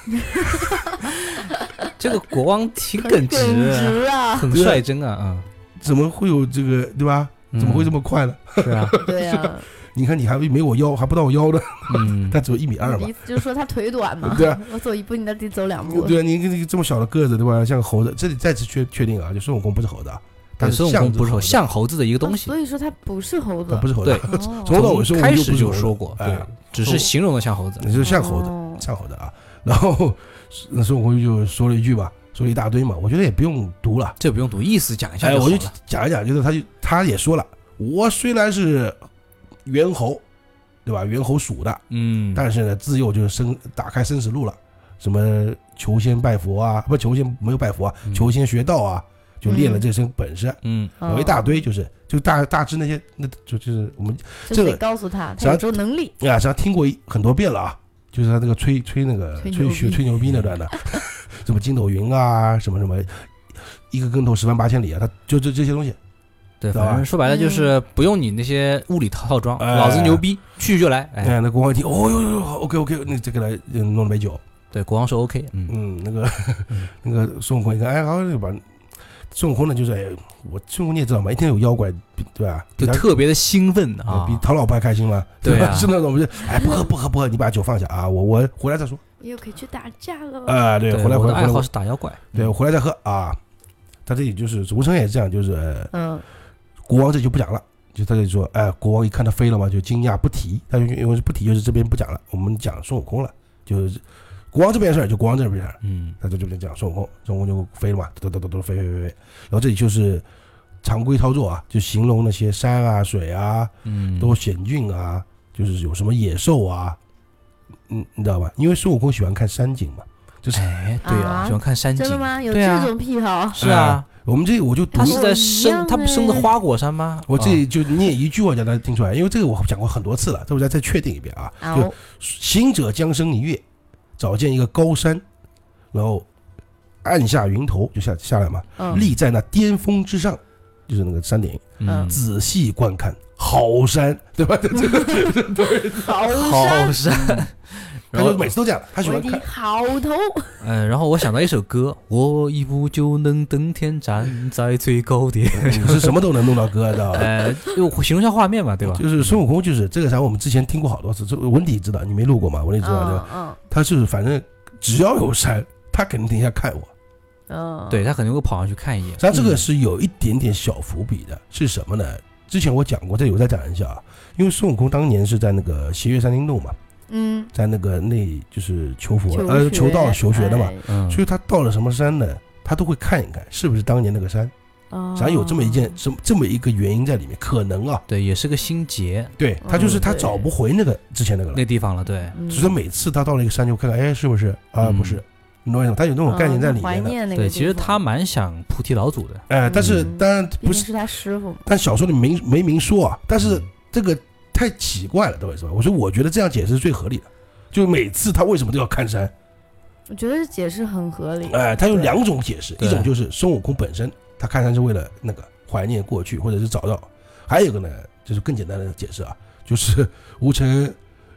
这个国王挺耿直啊， 很率真啊啊！ 怎么会有这个对吧？怎么会这么快呢？ 是啊， 对啊。 你看你还没我腰，还不到我腰的，嗯，他只有一米二嘛。 意思就是说他腿短嘛。 对啊， 我走一步，你得得走两步。 对啊，你你这么小的个子，对吧？像个猴子，这里再次确确定啊，就孙悟空不是猴子啊，但是孙悟空不是像猴子的一个东西。 所以说他不是猴子， 不是猴子。 对， 从头到尾孙悟空开始就说过，对，只是形容的像猴子， 你是像猴子，像猴子啊。然后那孙悟空就说了一句吧。说了一大堆嘛，我觉得也不用读了， 这不用读，意思讲一下就好了。 哎，我就讲一讲，就是他就他也说了，我虽然是猿猴，对吧？猿猴属的， 嗯， 但是呢，自幼就生打开生死路了，什么求仙拜佛啊，不求仙没有拜佛啊，嗯、求仙学道啊，就练了这身本事， 嗯， 有一大堆，就是就大大致那些，那就就是我们这个告诉他，他有这能力啊，实际上听过很多遍了啊，就是他那个吹吹那个吹学吹牛逼那段的。什么筋斗云啊，什么什么，一个跟头十万八千里啊，他就这这些东西。 对，反正说白了就是不用你那些物理套装，嗯、老子牛逼，去就来。 哎，那国王一听，哦哟哟 ，OK OK，那这个来弄了杯酒。 对，国王说 OK， 嗯嗯，那个那个孙悟空一看，哎，好，就把孙悟空呢，就是哎，我孙悟空你也知道嘛，一天有妖怪，对吧？ 就特别的兴奋啊， 比唐老婆还开心嘛， 对吧？ 是那种，就哎，不喝不喝不喝，你把酒放下啊，我我回来再说。 又可以去打架了啊！对，回来回来， 爱好是打妖怪。 对，回来再喝啊。他这里就是吴承也是这样，就是嗯， 国王这就不讲了，就他就说，哎，国王一看他飞了嘛，就惊讶不提，他就因为是不提，就是这边不讲了，我们讲孙悟空了，就是国王这边事儿，就国王这边事儿，嗯，他就这边讲孙悟空，孙悟空就飞了嘛，嘟嘟嘟嘟飞飞飞飞，然后这里就是常规操作啊，就形容那些山啊、水啊，嗯，都险峻啊，就是有什么野兽啊。嗯，你知道吧？因为孙悟空喜欢看山景嘛，就是哎，对啊，喜欢看山景。 真的吗？有这种癖好？ 是啊， 我们这我就读他是在生，他不生的花果山吗？ 我这里就念一句话叫大家听出来，因为这个我讲过很多次了，这我再再确定一遍啊。就行者将身一跃，找见一个高山，然后按下云头就下下来嘛，立在那巅峰之上，就是那个山顶，仔细观看。好山，对吧？对， 好山，他就每次都这样，他喜欢看好头。 嗯，然后我想到一首歌，我一步就能登天，站在最高点。 你是什么都能弄到歌的， 呃，就形容一下画面嘛，对吧？ 就是孙悟空，就是这个啥，我们之前听过好多次，这文迪知道，你没录过吗？文迪知道对吧？嗯，他是反正只要有山，他肯定停下看我。 嗯， 对他肯定会跑上去看一眼。 但这个是有一点点小伏笔的，是什么呢？之前我讲过，这里我再讲一下啊，因为孙悟空当年是在那个斜月山阴洞嘛， 嗯， 在那个那就是求佛呃求道求学的嘛， 哎、 所以他到了什么山呢，他都会看一看是不是当年那个山， 哦， 然后有这么一件什么这么一个原因在里面，可能啊， 对，也是个心结， 对他就是他找不回那个之前那个了那地方了，对， 所以每次他到了一个山就看看，哎，是不是啊？ 嗯、 不是。你懂他有那种概念在里面的， 哦、 对，其实他蛮想菩提老祖的， 哎、呃，但是当然不是是他师傅， 但小说里没没明说啊，但是这个太奇怪了，对吧？我说我觉得这样解释是最合理的，就每次他为什么都要看山， 我觉得解释很合理， 哎、呃，他有两种解释，一种就是孙悟空本身他看山是为了那个怀念过去或者是找到，还有一个呢就是更简单的解释啊，就是吴承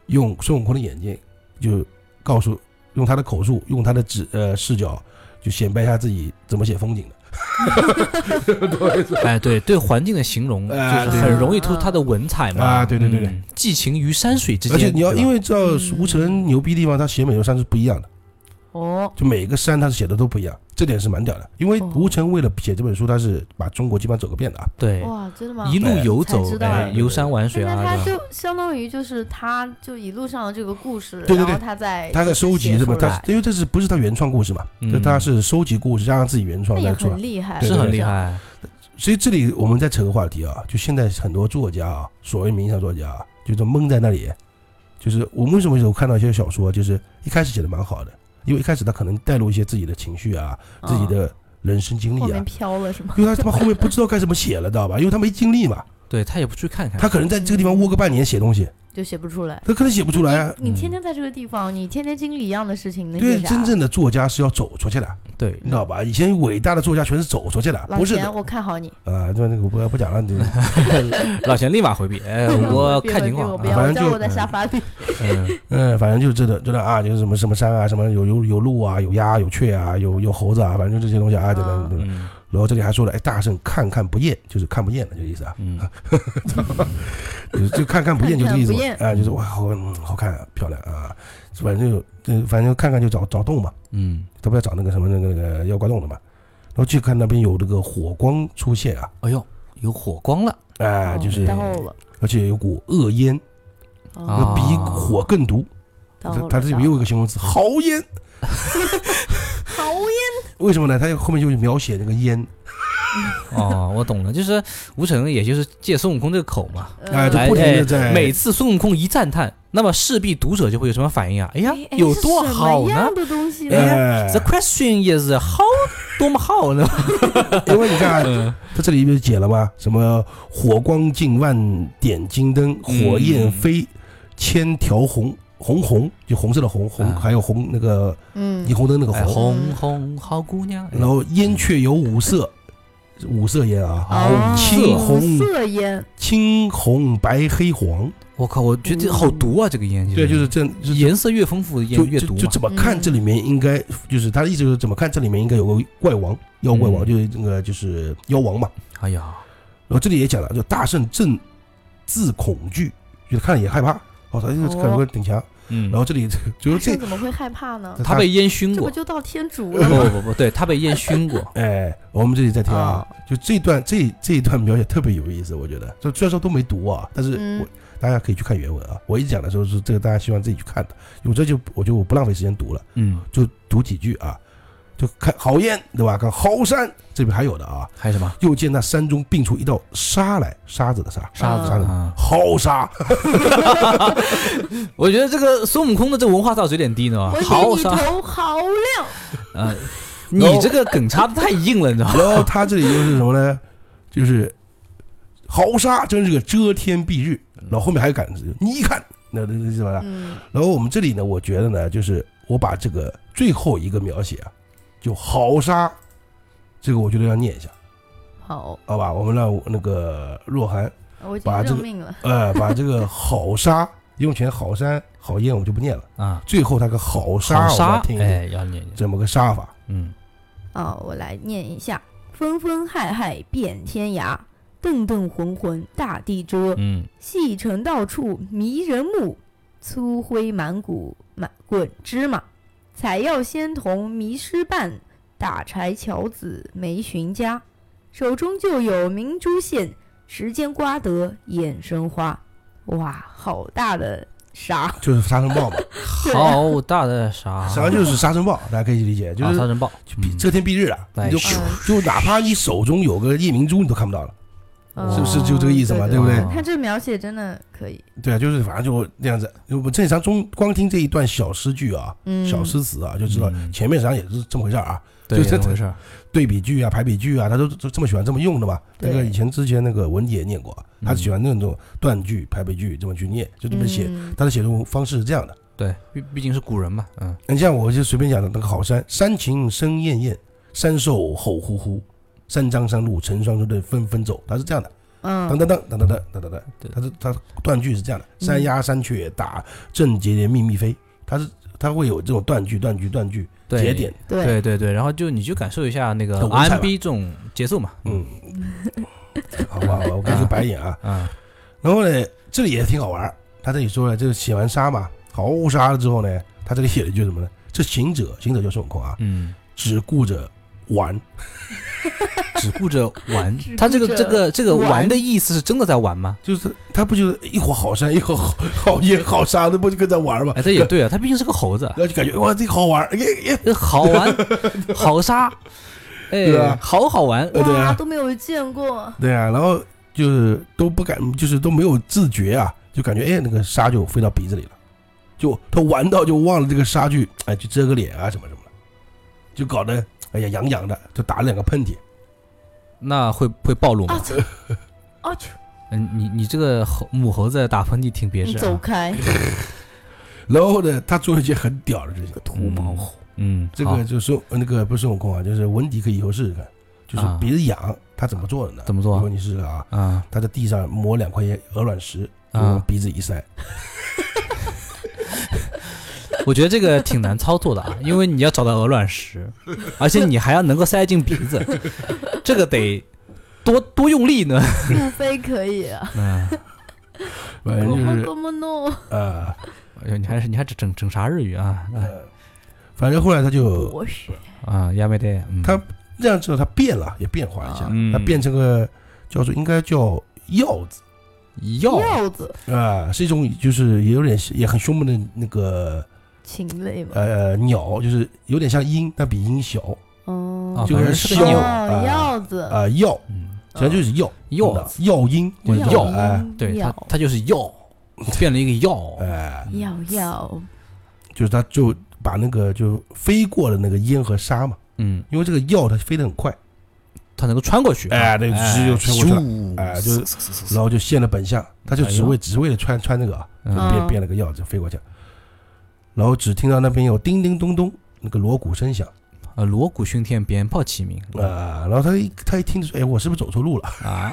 用孙悟空的眼睛就告诉，用他的口述，用他的指呃视角，就显摆一下自己怎么写风景的。 哎，对对，环境的形容就是很容易突出它的文采嘛。 啊，对对对对， 嗯、寄情于山水之间。 而且你要因为知道吴承牛逼的地方，他写每座山是不一样的。 哦， 就每个山他写的都不一样，这点是蛮屌的。因为吴承为了写这本书，他是把中国基本上走个遍的啊。 对， 哇，真的吗？ 一路游走，哎，游山玩水啊。 那他就相当于就是他就一路上的这个故事， 对对对， 然后他在他在收集是吧？他因为这是不是他原创故事嘛？这、嗯、他是收集故事加上自己原创再出来， 很厉害， 是很厉害。 所以这里我们再扯个话题啊，就现在很多作家啊，所谓名校作家、啊，就这蒙在那里。就是我们为什么有看到一些小说，就是一开始写的蛮好的。因为一开始他可能带入一些自己的情绪啊，哦、自己的人生经历啊， 后面飘了是吗？ 因为他他妈后面不知道该怎么写了，知道吧？因为他没经历嘛。 对，他也不去看看。 他可能在这个地方窝个半年写东西， 就写不出来。 他可能写不出来啊。 你, 你天天在这个地方，你天天经历一样的事情， 对，真正的作家是要走出去的。 对， 你知道吧？以前伟大的作家全是走出去的，不是的。 老钱，我看好你啊！就那个不不讲了， 老钱立马回避。哎，我看情况， 反正就我在沙发里。 嗯嗯，反正就知道知道啊，就是什么什么山啊，什么有有有鹿啊，有鸭有雀啊，有有猴子啊，反正就这些东西啊，对吧？嗯。然后这里还说了，哎，大圣看看不厌，就是看不厌的这个意思啊。嗯。就看看不厌就这个意思啊，就是哇，好好看啊，漂亮啊，反正就反正就看看就找找洞嘛。嗯。他不要找那个什么那个那个妖怪洞的嘛。然后去看那边有这个火光出现啊， 哎呦，有火光了， 哎，就是， 哦、 而且有股恶烟，哦、比火更毒。它这里面又有一个形容词，豪烟， 豪烟。 为什么呢？它后面就描写那个烟。 哦，我懂了，就是吴承也就是借孙悟空这个口嘛， 哎，就不停的在、 哎、每次孙悟空一赞叹，那么势必读者就会有什么反应啊？哎呀， 哎有多好呢？ 的东西呢？哎 The question is how 多么好呢？ 因为你看，他这里不是解了吗？什么火光近万点金灯，火焰飞千条红。红红就红色的红红，还有红那个嗯霓虹灯那个红， 红红好姑娘。 然后烟却有五色，五色烟啊，青红色烟， 青红白黑黄。 我靠，我觉得好毒啊！这个烟， 对，就是这颜色越丰富的烟越毒。 就怎么看这里面应该就是他的意思，就是怎么看这里面应该有个怪王，妖怪王就是这个就是妖王嘛。 哎呀， 然后这里也讲了，就大圣正自恐惧，觉得看了也害怕。哦，他这个感觉挺强。嗯，然后这里就是这怎么会害怕呢？ 他被烟熏过， 这不就到天竺了？ 不不不，对他被烟熏过。 哎，我们这里在听啊，就这段这这一段描写特别有意思，我觉得。就虽然说都没读啊，但是我、嗯、大家可以去看原文啊。我一直讲的时候是这个，大家希望自己去看的。我这就我就我不浪费时间读了，嗯，就读几句啊。就看好烟对吧？看好山，这边还有的啊， 还有什么？ 又见那山中并出一道沙来，沙子的沙， 沙子， 沙子，好沙。 我觉得这个孙悟空的这个文化造诣有点低呢。好沙， 头好亮。 呃，你这个梗插的太硬了，你知道吗？ 然后他这里就是什么呢？就是好沙，真是个遮天蔽日。然后后面还有杆子，你看，那那什么呢？然后我们这里呢，我觉得呢，就是我把这个最后一个描写啊。就好沙，这个我觉得要念一下， 好， 好吧，我们让那个若涵把这个呃把这个好沙用全好山好烟我们就不念了啊，最后那个好沙我们听哎要念这么个杀法， 嗯，哦，我来念一下：纷纷害害遍天涯，瞪瞪浑浑大地遮，嗯，细尘到处迷人目，粗灰满谷满滚芝麻。采药仙童迷失伴，打柴樵子没寻家。手中就有明珠线，时间刮得眼生花。哇，好大的沙， 就是沙尘暴嘛， 好大的沙， 实际上就是沙尘暴，大家可以理解，就是沙尘暴， 遮天蔽日啊，你就就哪怕你手中有个夜明珠，你都看不到了。是不是就这个意思嘛？ 对, 对, 对不对？ 他这描写真的可以。 对啊，就是反正就那样子。我们正常中光听这一段小诗句啊，嗯、小诗词啊，就知道前面实际上也是这么回事啊。 对， 就是这么回事。 对比句啊、排比句啊，他都这么喜欢这么用的嘛。那个以前之前那个文姐也念过，他喜欢那种断句、排比句这么去念，就这么写。嗯、他的写作方式是这样的。 对，毕毕竟是古人嘛。嗯。 你像我就随便讲的那个好山，山晴声艳艳，山瘦吼呼呼。山张山路成双成对纷纷走，他是这样的。 嗯， 噔噔噔噔噔噔噔噔噔，它是它断句是这样的：山鸦山雀打，正节节密密飞。它是它会有这种断句断句断句节点。 对对对对，然后就你就感受一下那个 R and B 这种节奏嘛。 嗯，好吧好吧，我看个白眼啊。 啊， 然后呢，这里也挺好玩。他这里说了，这个写完杀嘛，好杀了之后呢，他这里写的就是什么呢？这行者，行者就是孙悟空啊， 嗯， 只顾着玩， 只顾着玩只顾。 他这个着这个这个玩玩的意思是真的在玩吗？ 就是他不就是一会儿好山，一会儿好好烟好杀，那不就跟在玩吗？ 哎，这也对啊，他毕竟是个猴子， 然后就感觉哇，这个好玩，耶耶， 好玩，好杀，哎， 对吧好好玩。 呃对啊哇，都没有见过。 对啊，然后就是都不敢，就是都没有自觉啊，就感觉哎，那个沙就飞到鼻子里了，就他玩到就忘了这个沙去，哎，去遮个脸啊什么什么的，就搞得哎呀痒痒的，就打了两个喷嚏。 那会会暴露吗？ 啊操！啊去！ 嗯，你你这个猴母猴子打喷嚏挺别你致啊。 走开！ 然后呢，他做了一件很屌的事情， 土毛猴。 嗯， 这个就是那个不是孙悟空啊，就是文迪可以以后试试看，就是鼻子痒，他怎么做的呢？ 怎么做以后你试试啊。 啊， 他在地上磨两块鹅卵石， 啊往鼻子一塞。 我觉得这个挺难操作的啊，因为你要找到鹅卵石，而且你还要能够塞进鼻子，这个得多多用力呢。 路飞可以啊。 嗯， 反正就是怎么弄？ 啊， 哎呦，你还是你还整整啥日语啊？哎呃，反正后来他就博士。 啊，亚美得，嗯他这样之后他变了，也变化一下， 嗯他变成个叫做应该叫鹞子药鹞子啊，是一种就是也有点也很凶猛的那个禽类嘛。 呃鸟，就是有点像鹰，但比鹰小哦啊， 就反正是个鸟是鹞哦， 啊鹞子。 啊鹞， 嗯， 实际上就是鹞鹞子鹞鹰，就是鹞鹞哎对他鹞他就是药，变了一个药， 哎， 鹞鹞。 就是他就把那个就飞过了那个烟和沙嘛， 嗯， 因为这个鹞它飞得很快， 他能够穿过去， 哎对直接就穿过去了咻哎就然后就现了本相，他就只为只为了穿穿这个啊， 嗯嗯变变了个鹞就飞过去了，然后只听到那边有叮叮咚咚那个锣鼓声响呃，锣鼓喧天，鞭炮齐鸣啊，然后他一他一听就说，哎，我是不是走错路了？ 啊，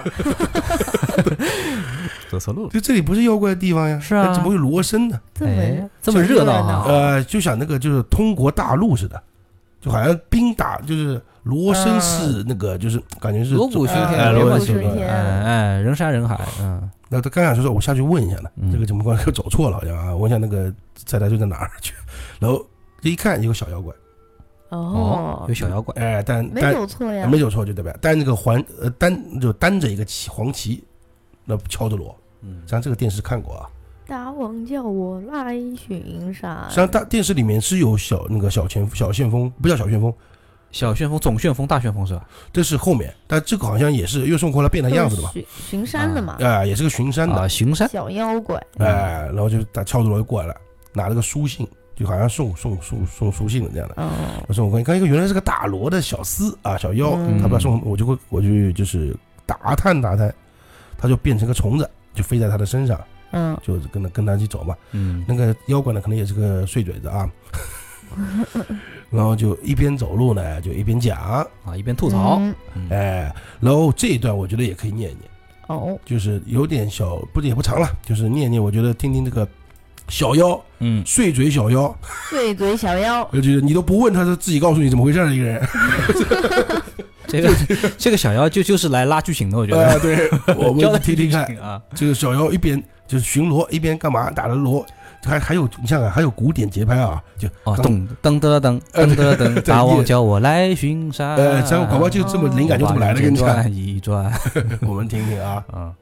走错路了， 就这里不是妖怪的地方呀， 是啊哎怎么会锣声呢？ 这么哎这么热闹啊呃，就像那个就是通国大陆似的，就好像兵打就是锣声是那个就是感觉是锣鼓喧哎天，鞭炮齐锣鼓喧鸣， 天哎哎，人山人海，嗯， 那他刚想说说，我下去问一下呢， 嗯这个怎么又走错了好像啊？问一下那个在台队在哪儿去，然后一看有个小妖怪， 哦有，小妖怪， 哎，但没但走错呀。 没走错就对吧？单这个环呃单就单着一个旗黄旗，那敲着锣， 嗯实际上这个电视看过啊， 大王叫我来巡山。 实际上大电视里面是有小那个小前小旋风，不叫小旋风， 小旋风、总旋风、大旋风是吧？ 这是后面，但这个好像也是因为孙悟空他变成样子的嘛， 巡巡山的嘛， 哎，也是个巡山的， 啊，巡山， 小妖怪。 哎，然后就打敲着锣就过来了，拿了个书信，就好像送送送送书信的这样的。 哦， 我孙悟空一看，一个原来是个打锣的小厮啊，小妖， 嗯他不要送，我就会我就就是打探打探，他就变成个虫子，就飞在他的身上， 嗯， 就跟他跟他一起走嘛。 嗯， 那个妖怪呢，可能也是个碎嘴子啊，然后就一边走路呢，就一边讲， 啊，一边吐槽， 嗯嗯哎，然后这一段我觉得也可以念一念， 哦， 就是有点小，不也不长了，就是念一念，我觉得听听这个小妖嗯， 碎嘴小妖， 碎嘴小妖。 我觉得你都不问他，就自己告诉你怎么回事的一个人。 这个这个小妖就就是来拉剧情的，我觉得， 啊，对，我教的们听听看， 啊， 这个小妖一边就是巡逻，一边干嘛打着锣，还还有你想想还有古典节拍啊，就哦， 刚噔噔噔噔噔噔噔，大王叫我来巡山， 呃，这样搞不好就这么灵感就这么来的，跟你讲， 转一转， 我们听听啊， 啊，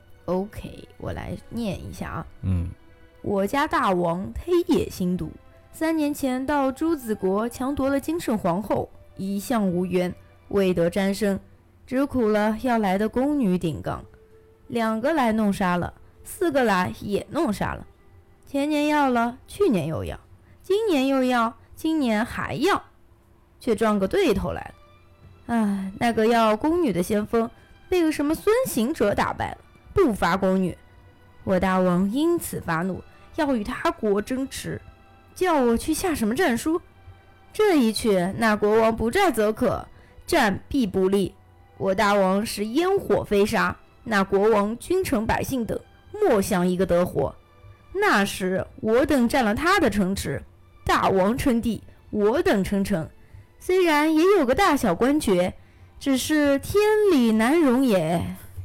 OK，我来念一下啊。 嗯， 我家大王黑夜星毒，三年前到朱子国强夺了金圣皇后，一向无缘，未得战胜，只苦了要来的宫女顶杠，两个来弄杀了，四个来也弄杀了。前年要了，去年又要，今年又要，今年还要，却撞个对头来了。唉，那个要宫女的先锋被个什么孙行者打败了，不罚宫女。我大王因此发怒，要与他国争持，叫我去下什么战书。这一去，那国王不战则可，战必不利。我大王是烟火飞沙， 那国王、君臣、百姓等莫想一个得活。那时我等占了他的城池，大王称帝，我等称臣。虽然也有个大小官爵，只是天理难容也。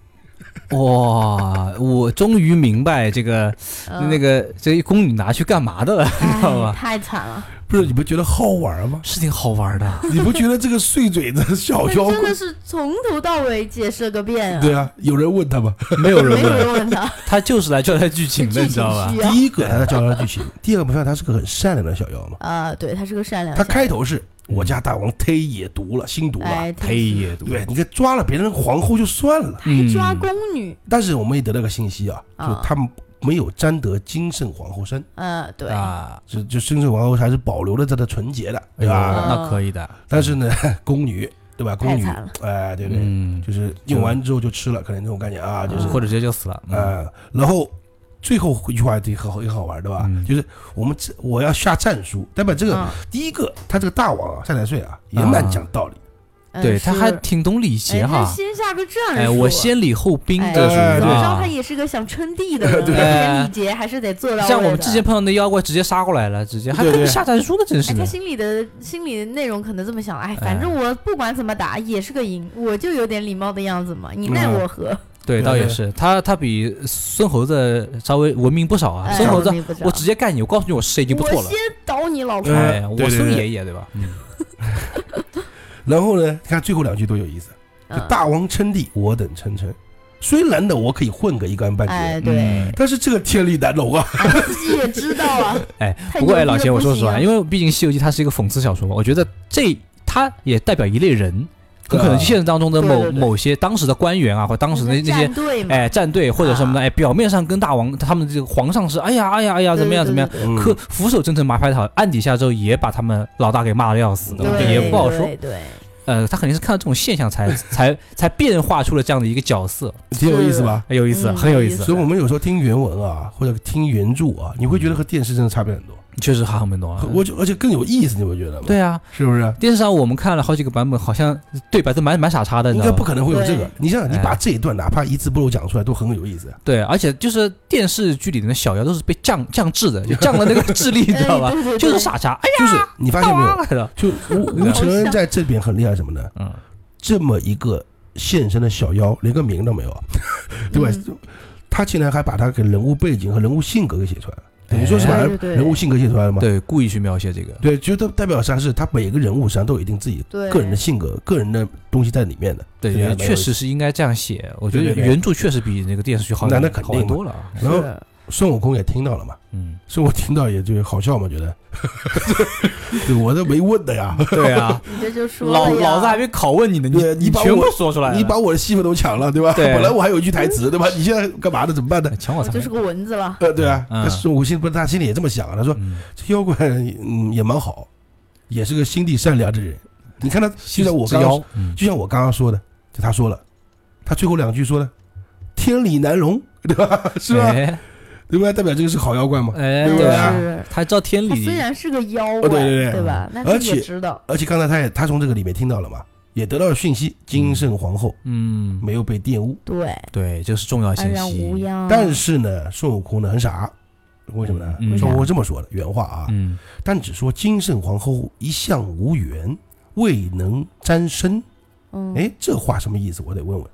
哇，我终于明白这个、呃、那个这个宫女拿去干嘛的了，你知道吗？ 太惨了。 不是，你不觉得好玩吗？ 是挺好玩的。 你不觉得这个碎嘴子小妖怪真的是从头到尾解释了个遍啊？ 对啊，有人问他吗？ 没有人问， 没有人问他， 他就是来交代剧情的，你知道吧？ 第一个他在交代剧情，第二个不像他是个很善良的小妖嘛。 啊、呃，对，他是个善良。 他开头是我家大王忒野毒了，心毒了， 哎、 忒野毒。 对，你给抓了别人皇后就算了， 还抓宫女。 但是我们也得到个信息啊， 啊就他们没有沾得金圣皇后身。 呃，对啊， 就就金圣皇后还是保留了她的纯洁的，对吧？ 那可以的。 但是呢，宫女对吧？宫女，哎，对对， 嗯， 就是用完之后就吃了，可能这种概念啊，就是或者直接就死了。 呃，然后最后一句话也好，也好玩，对吧？就是我们我要下战书，代表这个第一个，他这个大王啊，赛太岁啊，也蛮讲道理。 对，他还挺懂礼节哈， 先下个战术，哎，我先礼后兵，这属于主张他也是个想称帝的人，点礼节还是得做到。 像我们之前碰到那妖怪，直接杀过来了，直接还跟下战书的，真是的。 他心里的心里的内容可能这么想，哎，反正我不管怎么打也是个赢，我就有点礼貌的样子嘛，你奈我何？ 对，倒也是，他他比孙猴子稍微文明不少啊。孙猴子，我直接干你，我告诉你我是谁已经不错了。 我先倒你老婆， 哎，我孙爷爷对吧？嗯。 然后呢，看最后两句多有意思，大王称帝，我等称臣。虽然呢，我可以混个一干半绝， 哎，对， 但是这个天理难容啊， 自己也知道啊。 哎，不过哎，老钱，我说实话，因为毕竟《西游记》它是一个讽刺小说嘛，我觉得这它也代表一类人。很可能现实当中的某某些当时的官员啊，或当时的那些哎战队或者什么的，哎表面上跟大王他们这个皇上是哎呀哎呀哎呀怎么样怎么样，可俯首称臣马拍讨，暗底下之后也把他们老大给骂的要死，也不好说。 对， 呃，他肯定是看到这种现象才才才变化出了这样的一个角色， 挺有意思吧？ 有意思，很有意思。 所以我们有时候听原文啊，或者听原著啊，你会觉得和电视真的差别很多。 确实好很多啊， 我而且更有意思，你会觉得吗？ 对啊， 是不是？ 电视上我们看了好几个版本，好像对白都蛮蛮傻叉的， 应该不可能会有这个。你想想，你把这一段哪怕一字不漏讲出来，都很有意思。 对，而且就是电视剧里的小妖都是被降降智的，就降了那个智力，你知道吧？就是傻叉。哎呀， 就是你发现没有？就吴吴承恩在这边很厉害什么呢？嗯，这么一个现身的小妖，连个名都没有，对吧？他竟然还把他给人物背景和人物性格给写出来了。等于说是把人物性格写出来了吗？ 对，故意去描写这个。 对，就代表啥是他每个人物实际上都有一定自己个人的性格、个人的东西在里面的。 对，确实是应该这样写。我觉得原著确实比那个电视剧好那那肯定多了。 然后孙悟空也听到了嘛，嗯，孙悟空听到也就好笑嘛，觉得，对，我都没问的呀， 对啊， 你这就说老老子还没拷问你呢，你你全部说出来了， 你把我的戏份都抢了，对吧？ 对， 本来我还有一句台词，对吧？你现在干嘛呢？怎么办呢？ 抢我就是个蚊子了。 呃，对啊，那孙悟空心不是他心里也这么想，他说这妖怪嗯也蛮好，也是个心地善良的人。你看他，就像我刚刚，就像我刚刚说的，就他说了，他最后两句说的，天理难容，对吧？是吧？对吧？代表这个是好妖怪嘛？ 哎， 对吧？ 他照天理。他虽然是个妖怪， 对对对， 对吧？而且知道， 而且刚才他也他从这个里面听到了嘛，也得到了讯息，金圣皇后嗯没有被玷污。 对对，这是重要信息。 但是呢，孙悟空呢很傻，为什么呢？孙悟空这么说的原话啊， 嗯， 但只说金圣皇后一向无缘，未能沾身。嗯，哎，这话什么意思？我得问问。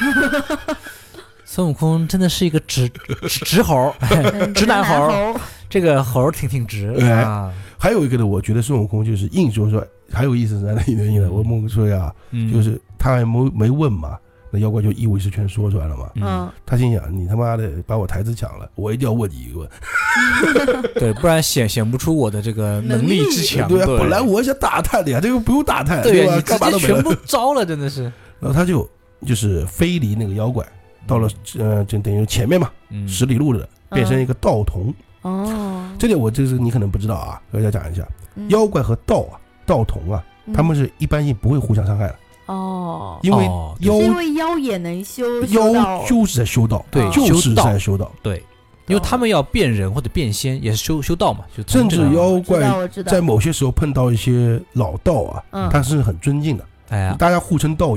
孙悟空真的是一个直直猴，直男猴，这个猴挺挺直啊。 还有一个呢，我觉得孙悟空就是硬说说，还有意思是哪里原因呢？我梦说呀，就是他还没没问嘛，那妖怪就一五一十全说出来了嘛。嗯，他心想你他妈的把我台词抢了，我一定要问你一问。 对，不然显显不出我的这个能力之强。 对啊，本来我想打探的呀，这个不用打探， 对吧？ 你直接全部招了，真的是。 然后他就就是飞离那个妖怪。到了呃，就等于前面嘛，嗯、十里路的变成一个道童。 哦， 这点我就是你可能不知道啊，给大家讲一下，嗯、妖怪和道啊，道童啊，嗯、他们是一般性不会互相伤害的。 哦， 因为妖， 因为妖也能修， 妖就是在修道，对，就是在修道， 对，因为他们要变人或者变仙，也是修修道嘛。就甚至妖怪在某些时候碰到一些老道啊，嗯、他是很尊敬的，哎呀，大家互称道友。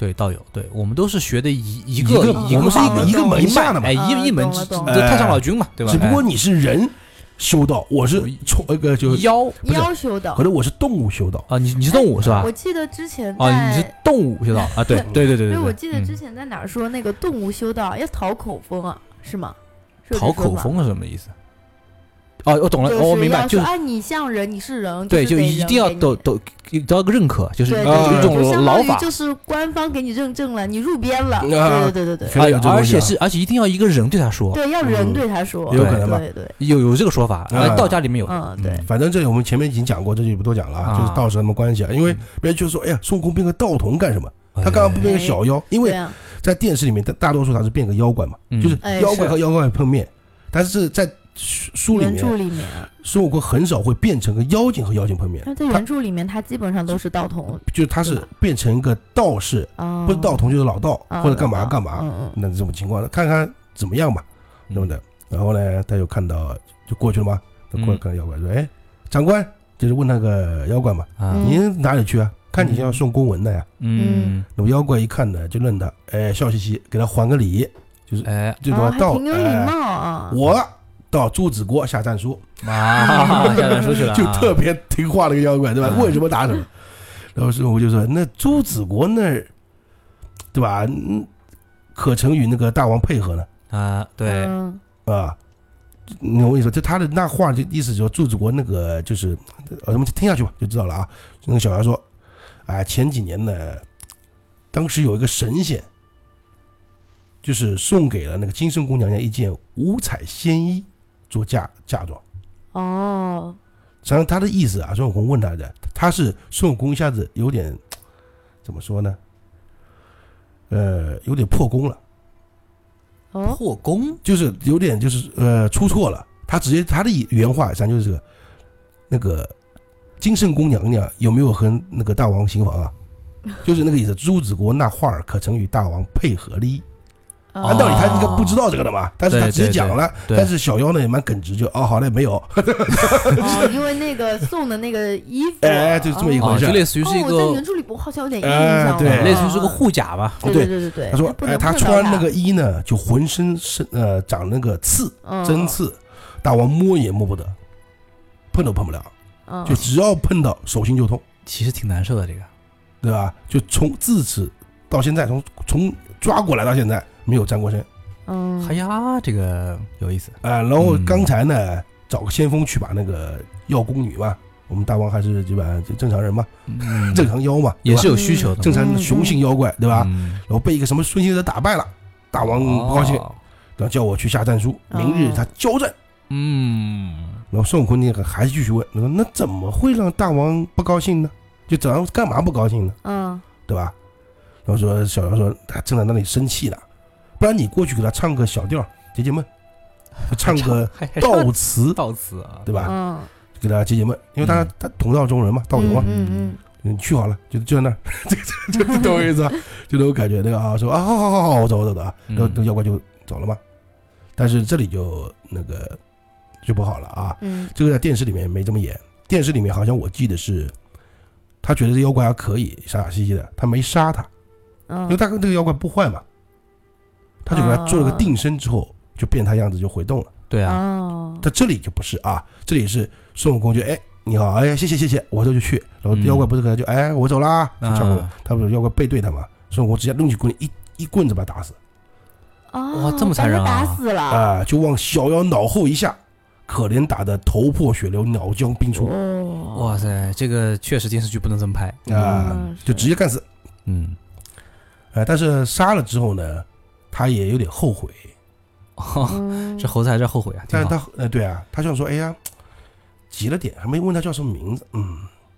对，道友，对我们都是学的一一个一个，我们是一个一个门下的嘛， 哎，一一门太上老君嘛，对吧？ 只不过你是人修道，我是冲那个就妖妖修道， 或者我是动物修道啊，你你是动物是吧？ 我记得之前啊，你是动物修道啊，对对对对对。 因为我记得之前在哪儿说那个动物修道要讨口风啊，是吗？ 讨口风是什么意思？哦，我懂了，我明白，就是哎，你像人，你是人， 对，就一定要都都得到个认可，就是一种老法， 就是官方给你认证了，你入编了，对对对对对， 而且是而且一定要一个人对他说， 对，要人对他说， 有可能吧？ 对对， 有有这个说法，道家里面有， 嗯，对， 反正这里我们前面已经讲过，这就不多讲了，就是道是什么关系啊？因为别人就说，哎呀，孙悟空变个道童干什么？他刚刚不变个小妖，因为在电视里面，大多数他是变个妖怪嘛，就是妖怪和妖怪碰面，但是在书里面， 原著里面， 孙悟空很少会变成个妖精和妖精碰面。 那在原著里面，他基本上都是道童， 就是他是变成一个道士，不是道童就是老道，或者干嘛干嘛。那这种情况，看看怎么样吧，对不对？然后呢，他就看到就过去了嘛，他过来看妖怪说：“哎，长官，就是问那个妖怪嘛，您哪里去啊？看你像要送公文的呀。” 嗯， 那么妖怪一看呢，就认他，哎，笑嘻嘻，给他还个礼，就是哎， 就说到， 挺有礼貌啊， 我。到朱子国下战书啊，下战书去了， 就特别听话的一个妖怪，对吧？为什么打什么？然后师傅就说：“那朱子国那儿，对吧？可曾与那个大王配合呢？” 啊，对啊，我跟你说，这他的那话就意思说，朱子国那个就是，我们听下去吧，就知道了啊。那个小孩说：“哎，前几年呢，当时有一个神仙。”就是送给了那个金圣宫娘娘一件五彩仙衣做嫁嫁妆。 哦， 实际上他的意思啊，孙悟空问他的，他是孙悟空一下子有点怎么说呢？呃，有点破功了。 哦， 破功就是有点就是呃出错了。他直接他的原话实际上就是这个，那个金圣宫娘娘有没有和那个大王行房啊？就是那个意思。朱子国那画儿可曾与大王配合利益？按道理他应该不知道这个的嘛，但是他直接讲了，但是小妖呢也蛮耿直，就哦好嘞没有， 哦，因为那个送的那个衣服， 哎，就这么一回事， 就类似于是一个， 在原著里我好像有点印象， 对， 类似于是个护甲吧， 对对对对， 他说，哎，他穿那个衣呢，就浑身是呃长那个刺，针刺，大王摸也摸不得，碰都碰不了，就只要碰到手心就痛， 其实挺难受的这个， 对吧？就从自此到现在，从从抓过来到现在。没有沾过身， 嗯， 哎呀，这个有意思啊、呃。然后刚才呢，嗯、找个先锋去把那个药宫女嘛，我们大王还是基本上正常人嘛，嗯、正常妖嘛， 也是有需求的， 正常雄性妖怪，对吧？嗯、然后被一个什么孙行者打败了，大王不高兴，哦、然后叫我去下战书，明日他交战。 嗯， 然后孙悟空那个还是继续问，他说那怎么会让大王不高兴呢？就怎样干嘛不高兴呢？ 嗯， 对吧？然后说小妖说他正在那里生气呢。不然你过去给他唱个小调解解闷，唱个悼词悼词啊， 对吧？嗯，给他解解闷，因为他、嗯、他同道中人嘛，道友嘛， 嗯嗯嗯，你去好了，就就在那儿，这这懂我意思啊？就那种感觉，那个啊说啊，好好好好，我走我走的啊，然后那个妖怪就走了嘛。但是这里就那个就不好了啊，嗯，这个在电视里面没这么演，电视里面好像我记得是，他觉得这妖怪还可以，傻傻兮兮的，他没杀他，嗯，因为他跟这个妖怪不坏嘛。他就给他做了个定身之后，就变他样子就回动了。 对啊， 哦， 在这里就不是啊，这里是孙悟空就哎你好，哎谢谢谢谢，我这就去。然后妖怪不是给他就哎我走啦，就唱过，他不是妖怪背对他嘛，孙悟空直接抡起棍一一棍子把他打死。 哦， 哇，这么残忍啊！ 打死了啊，就往小妖脑后一下，可怜打得头破血流，脑浆迸出。 哦， 哇塞，这个确实电视剧不能这么拍啊，就直接干死。嗯，哎，但是杀了之后呢？他也有点后悔， 哦，这猴子还是后悔啊！ 但是他呃，对啊，他想说，哎呀，急了点，还没问他叫什么名字，嗯，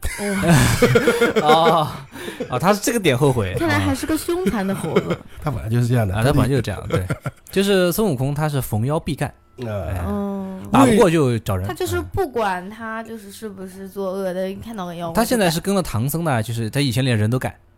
啊啊，他是这个点后悔， 看来还是个凶残的猴子。 他本来就是这样的啊，他本来就是这样，对，就是孙悟空，他是逢妖必干， 嗯， 打不过就找人。 他就是不管他就是是不是作恶的，看到个妖怪。 他现在是跟了唐僧的，就是他以前连人都干。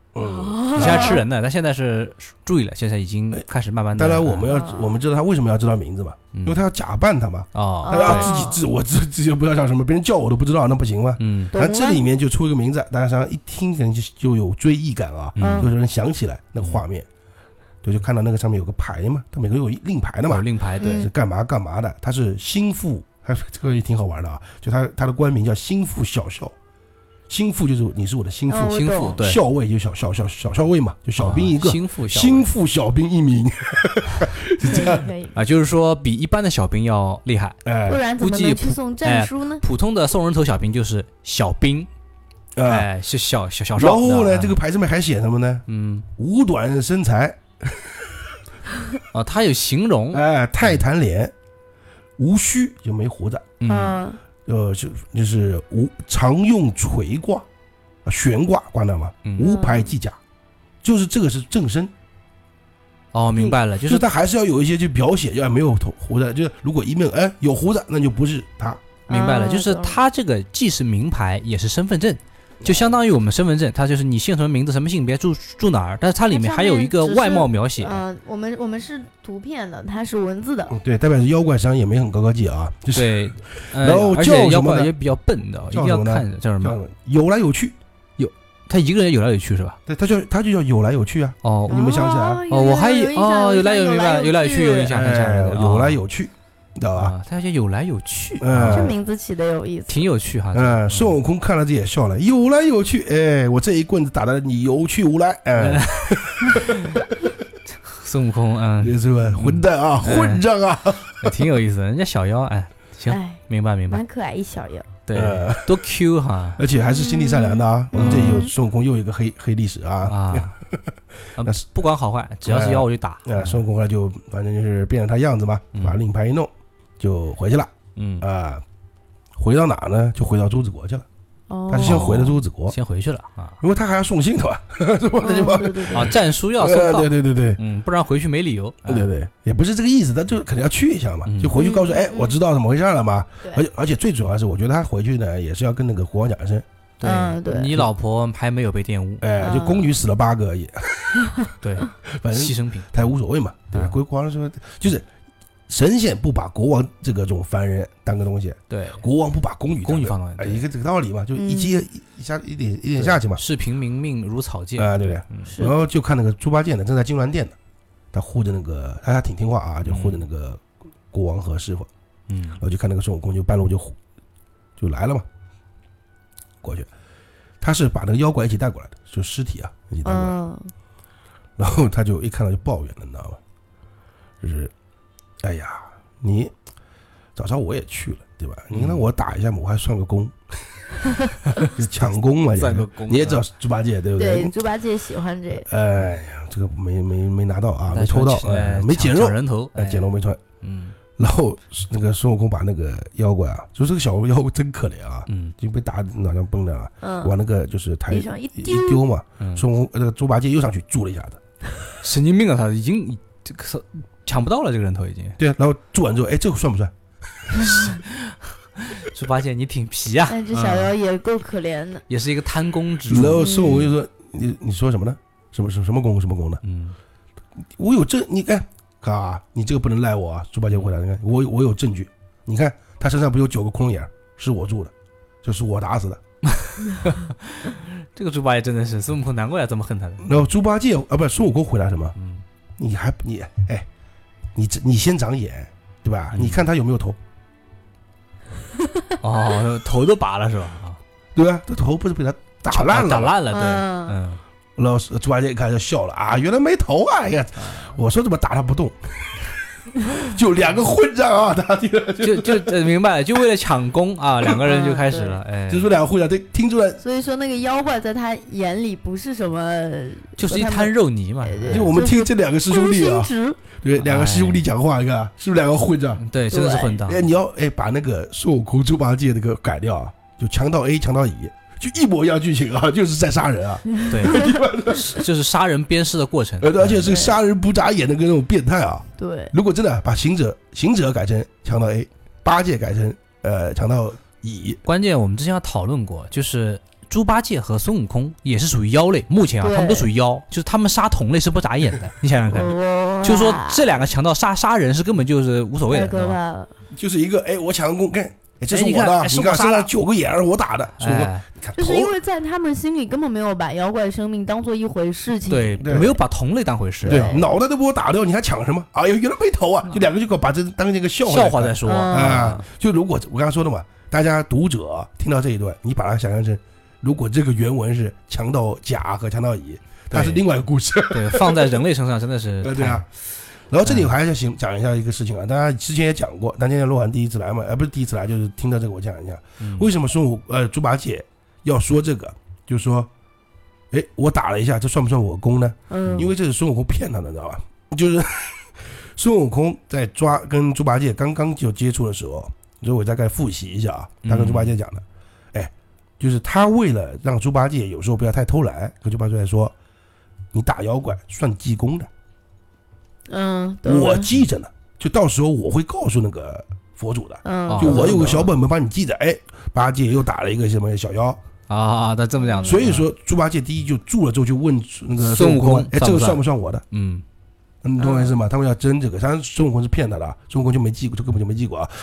嗯， 以前是吃人的，但现在是注意了，现在已经开始慢慢的。 当然我们要我们知道他为什么要知道名字嘛，因为他要假扮他嘛。 哦， 他要自己自我自自己不知道叫什么，别人叫我都不知道，那不行吗？ 嗯， 那这里面就出一个名字，大家想一听可能就就有追忆感啊，就能想起来那个画面。对，就看到那个上面有个牌嘛，他每个有令牌的嘛， 有令牌，对， 是干嘛干嘛的。他是心腹，还这个也挺好玩的啊，就他他的官名叫心腹小校。心腹就是你是我的心腹， 心腹对， 校尉就小小小小校尉嘛，就小兵一个， 心腹心腹小兵一名，是这样啊，就是说比一般的小兵要厉害， 哎， 不然怎么能去送战书呢？ 普通的送人头小兵就是小兵，哎，是小小小少。然后呢，这个牌上面还写什么呢？嗯，五短身材， 啊，他有形容， 哎，泰坦脸，无须就没胡子， 嗯。 呃，就就是无常用垂挂，悬挂挂那嘛，无牌系甲，就是这个是正身。 哦，明白了，就是、 就是他还是要有一些就表写，要没有头胡子，就是如果一面哎有胡子，那就不是他。 明白了，就是他这个既是名牌，也是身份证。就相当于我们身份证，它就是你姓什么名字、什么性别、住住哪儿，但是它里面还有一个外貌描写。 嗯、呃，我们我们是图片的，它是文字的。 嗯、对，代表是妖怪商也没很高科技啊。就是、 对， 呃、然后叫妖怪也比较笨的，一定要看着叫什么？ 有来有去， 有他一个人有来有去是吧？ 对，他叫他就叫有来有去啊。 哦， 你们想起来？ 哦，我还哦有来有明白，有来有去有印象，很吓人的。 有来有去。知道吧？ 他叫有来有去， 嗯， 这名字起的有意思， 挺有趣哈。 嗯，孙悟空看了这也笑了，有来有去，哎，我这一棍子打的你有去无来，哎。 孙悟空，嗯， 这是吧？混蛋啊，混账啊， 挺有意思的。人家小妖，哎，行，明白明白， 蛮可爱一小妖， 对，多 Q 哈， 而且还是心地善良的啊。我们这里有孙悟空又一个黑黑历史啊啊。那是不管好坏，只要是妖我就打。 啊，孙悟空后来就反正就是变成他样子嘛，把令牌一弄。就回去了，嗯啊，回到哪呢？就回到朱子国去了。哦，他就先回了朱子国， 先回去了啊， 因为他还要送信的吧？是吧？对对对啊，战书要送到， 对对对对， 嗯，不然回去没理由。 对对对，也不是这个意思，他就肯定要去一下嘛，就回去告诉，哎，我知道怎么回事了嘛。而且而且最主要是，我觉得他回去呢，也是要跟那个国王讲一声。 对对， 你老婆还没有被玷污， 哎，就宫女死了八个而已。 对， 反正牺牲品， 他也无所谓嘛。对，国国王说就是。神仙不把国王这个种凡人当个东西， 对， 国王不把宫女宫女放到哎，一个这个道理嘛，就一阶一下一点一点下去嘛。 视平民命如草芥啊，对不对？然后就看那个猪八戒呢，正在金銮殿呢，他护着那个，他还挺听话啊，就护着那个国王和师傅，嗯，然后就看那个孙悟空就半路就就来了嘛，过去，他是把那个妖怪一起带过来的，就尸体啊一起带过来，然后他就一看到就抱怨了，你知道吗？就是。哎呀，你早上我也去了，对吧？你让我打一下嘛，我还算个功，抢功嘛， 算个功。 你也知道猪八戒对不对？ 对，猪八戒喜欢这。 哎呀，这个没没没拿到啊，没抽到，哎，没捡肉， 人头， 哎，捡肉没穿。嗯。然后那个孙悟空把那个妖怪啊，就这个小妖怪真可怜啊，嗯，就被打脑浆崩了，嗯，往那个就是台一丢嘛，孙悟空那个猪八戒又上去住了一下子， 神经病啊，他已经这个。抢不到了，这个人头已经。 对啊，然后做完之后，哎，这个算不算？ 猪八戒，你挺皮啊！ 但这小妖也够可怜的， 也是一个贪功之人。 然后孙悟空就说：“你你说什么呢？什么什么什么功什么功呢？嗯，我有证，你看，啊，你这个不能赖我啊！”猪八戒回答：“你看，我我有证据，你看他身上不有九个窟窿眼，是我住的，就是我打死的。” 这个猪八戒真的是孙悟空，难怪要这么恨他的。 然后猪八戒啊，不是孙悟空回答什么？嗯，你还你哎。你你先长眼，对吧？嗯、你看他有没有头？ 哦，头都拔了是吧？ 对吧？这头不是被他打烂了？ 打烂了，对。嗯。 然后猪八戒一看就笑了啊，原来没头啊！哎呀，我说怎么打他不动？就两个混账啊！他就就就明白了，就为了抢功啊，两个人就开始了。哎， 就说两个混账，对，听出来。 所以说那个妖怪在他眼里不是什么， 就是一滩肉泥嘛。 就我们听这两个师兄弟啊。对，两个师兄弟讲话，你看是不是两个混账？ 对，真的是混账。 哎，你要哎把那个孙悟空、猪八戒那个改掉啊，就强盗 A 强盗乙，就一模一样剧情啊，就是在杀人啊。 对，就是杀人鞭尸的过程， 而且是杀人不眨眼的那种变态啊。 对， 如果真的把行者行者改成强盗 A， 八戒改成呃强盗乙， 关键我们之前要讨论过，就是猪八戒和孙悟空也是属于妖类，目前啊，他们都属于妖，就是他们杀同类是不眨眼的。你想想看，就是说这两个强盗杀杀人是根本就是无所谓的， 就是一个哎，我抢功，看，哎，这是我的，你看身上九个眼儿，我打的，孙悟空。 就是因为在他们心里根本没有把妖怪生命当做一回事情， 对，没有把同类当回事， 对，脑袋都被我打掉，你还抢什么？哎呦，原来没头啊！就两个就把这当这个笑话笑话在说啊。就如果我刚刚说的嘛，大家读者听到这一段，你把它想象成，如果这个原文是强盗甲和强盗乙，它是另外一个故事。 对，放在人类身上真的是对啊。然后这里我还是想讲一下一个事情啊，大家之前也讲过，但今天洛涵第一次来嘛，呃，不是第一次来，就是听到这个我讲一下，为什么孙悟呃猪八戒要说这个，就是说，哎，我打了一下，这算不算我功呢？嗯，因为这是孙悟空骗他的，你知道吧？就是孙悟空在抓跟猪八戒刚刚就接触的时候，所以我再该复习一下啊，他跟猪八戒讲的，哎，就是他为了让猪八戒有时候不要太偷懒，跟猪八戒说，你打妖怪算记功的。嗯，我记着呢，就到时候我会告诉那个佛祖的。嗯，就我有个小本本帮你记着，哎，八戒又打了一个什么小妖啊，他这么讲。 所以说猪八戒第一就住了之后就问那个孙悟空，哎，这个算不算我的？嗯，你懂我意思吗？他们要争这个，当然孙悟空是骗他的，孙悟空就没记过，就根本就没记过啊。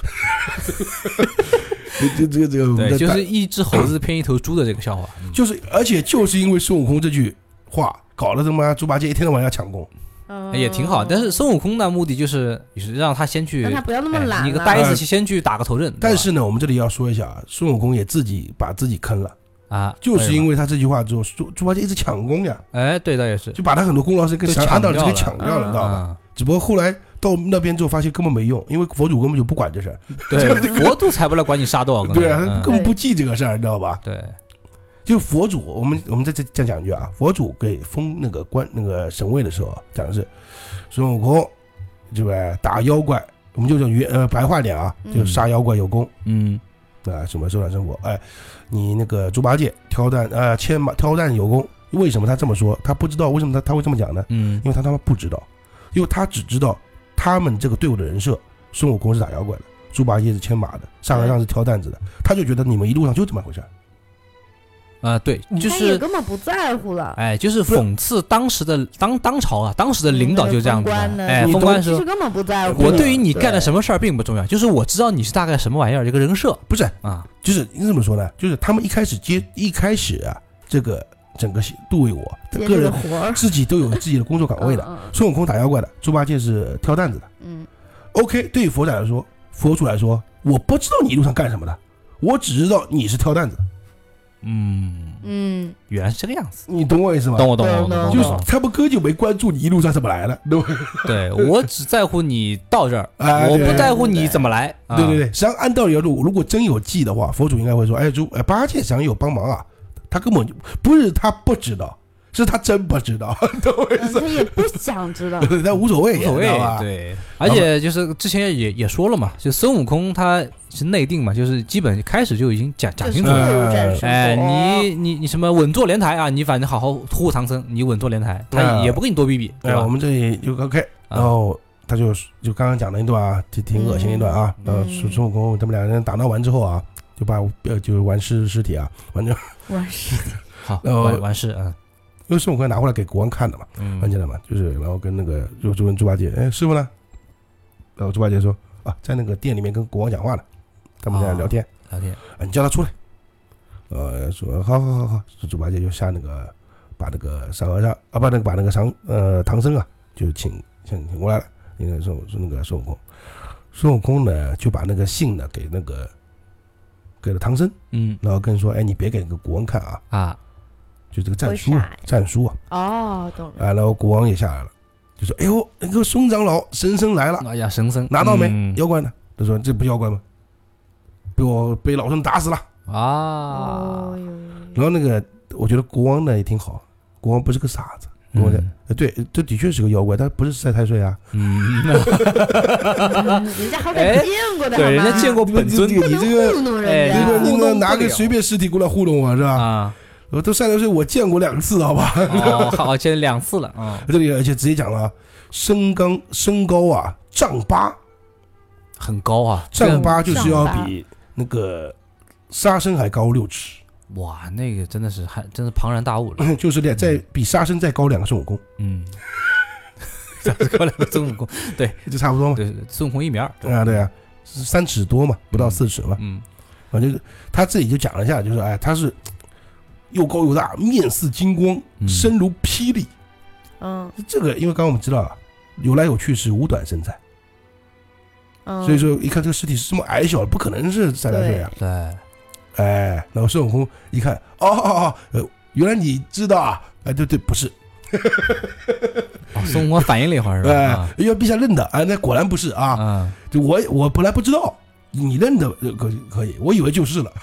这这个这个， 对，就是一只猴子骗一头猪的这个笑话， 就是而且就是因为孙悟空这句话，搞得他妈猪八戒一天到晚要抢功。 也挺好，但是孙悟空的目的就是让他先去， 让他不要那么懒， 你个呆子先去打个头阵。 但是呢，我们这里要说一下，孙悟空也自己把自己坑了啊，就是因为他这句话之后，猪猪八戒一直抢功呀。 哎，对的也是， 就把他很多功劳是跟按道理给抢掉了，知道吧？只不过后来到那边之后发现根本没用，因为佛祖根本就不管这事儿。 对，佛祖才不来管你杀多少个。 对啊，他根本不记这个事儿，你知道吧？ 对。 就佛祖，我们我们再再讲一句啊，佛祖给封那个官那个神位的时候，讲的是孙悟空，对吧？打妖怪，我们就叫原呃白话点啊，就杀妖怪有功，嗯，啊什么受难生活，哎，你那个猪八戒挑担呃牵马挑担有功，为什么他这么说？他不知道为什么他他会这么讲呢？嗯，因为他他妈不知道，因为他只知道他们这个队伍的人设，孙悟空是打妖怪的，猪八戒是牵马的，沙和尚是挑担子的，他就觉得你们一路上就这么回事。 啊，对，就是也根本不在乎了。 哎，就是讽刺当时的当当朝啊，当时的领导就这样子。哎，封官的时候其实根本不在乎。 我对于你干的什么事儿并不重要，就是我知道你是大概什么玩意儿，这个人设不是啊，就是你怎么说呢？就是他们一开始接一开始啊，这个整个杜为我个人自己都有自己的工作岗位的。孙悟空打妖怪的，猪八戒是挑担子的。嗯 ，OK， 对于佛仔来说，佛祖来说，我不知道你一路上干什么的，我只知道你是挑担子的。 嗯嗯，原来是这个样子， 你懂我意思吗？ 懂我懂我懂， 就是他们根本就没关注你一路上怎么来的，对不对？对，我只在乎你到这儿，我不在乎你怎么来。 对对对，实际上按道理要说，如果真有记的话，佛祖应该会说：“哎，猪，哎，八戒想有帮忙啊。”他根本就不是他不知道，是他真不知道，懂我意思？ 他也不想知道， 但无所谓， 无所谓吧？对，而且就是之前也也说了嘛，就孙悟空他是内定嘛，就是基本开始就已经讲讲清楚了。哎，你你你什么稳坐莲台啊？你反正好好护护唐僧，你稳坐莲台，他也不跟你多逼逼，对吧？ 我们这里就 OK， 然后他就就刚刚讲了一段啊，就挺恶心一段啊。然后孙孙悟空他们两个人打闹完之后啊，就把呃就完尸尸体啊，完就完尸体， 好完完事啊。 因为孙悟空拿回来给国王看的嘛，看见了嘛，就是然后跟那个就就问猪八戒，哎，师傅呢？然后猪八戒说啊，在那个店里面跟国王讲话呢，他们在聊天聊天， 啊，你叫他出来。呃，说好好好好，猪八戒就下那个把那个沙和尚啊，把那个把那个唐呃唐僧啊，就请请请过来了。那个说说那个孙悟空，孙悟空呢就把那个信呢给那个给了唐僧，嗯，然后跟说，哎，你别给那个国王看啊啊。就这个战书，战书啊！ 哦，懂了。 啊，然后国王也下来了，就说：“哎呦，那个孙长老，神僧来了！ 哎呀，神僧拿到没？嗯、妖怪呢？”他说：“这不妖怪吗？被我被老孙打死了啊！”哦、然后那个，我觉得国王呢也挺好，国王不是个傻子。国王、嗯、对，这的确是个妖怪，他不是晒太岁啊。嗯， 人家好歹见过的， 对，人家见过本尊。 你这个，哎，你这拿个随便尸体过来糊弄我是吧？啊。我都晒太岁，我见过两次，好吧？ 哦，好，见两次了啊！ 这里而且直接讲了，身高身高啊，丈八， 很高啊， 丈八就是要比那个沙僧还高六尺。 哇，那个真的是还真是庞然大物了， 就是在在比沙僧再高两个孙悟空， 嗯，再高两个孙悟空，对， 就差不多嘛。 对，孙悟空一米二， 啊，对啊，三尺多嘛，不到四尺嘛。 嗯， 反正他自己就讲了一下，就是哎，他是又高又大，面似金光，身如霹雳。 嗯， 这个因为刚刚我们知道啊，有来有去是五短身材。所以说一看这个尸体是这么矮小，不可能是三十岁啊。 对， 哎，然后孙悟空一看，哦哦哦，呃，原来你知道啊？哎，对对，不是。 哦，孙悟空反应了一会儿是吧？ 哎，因为陛下认的，哎，那果然不是啊。 嗯， 就我我本来不知道，你认的可可以，我以为就是了。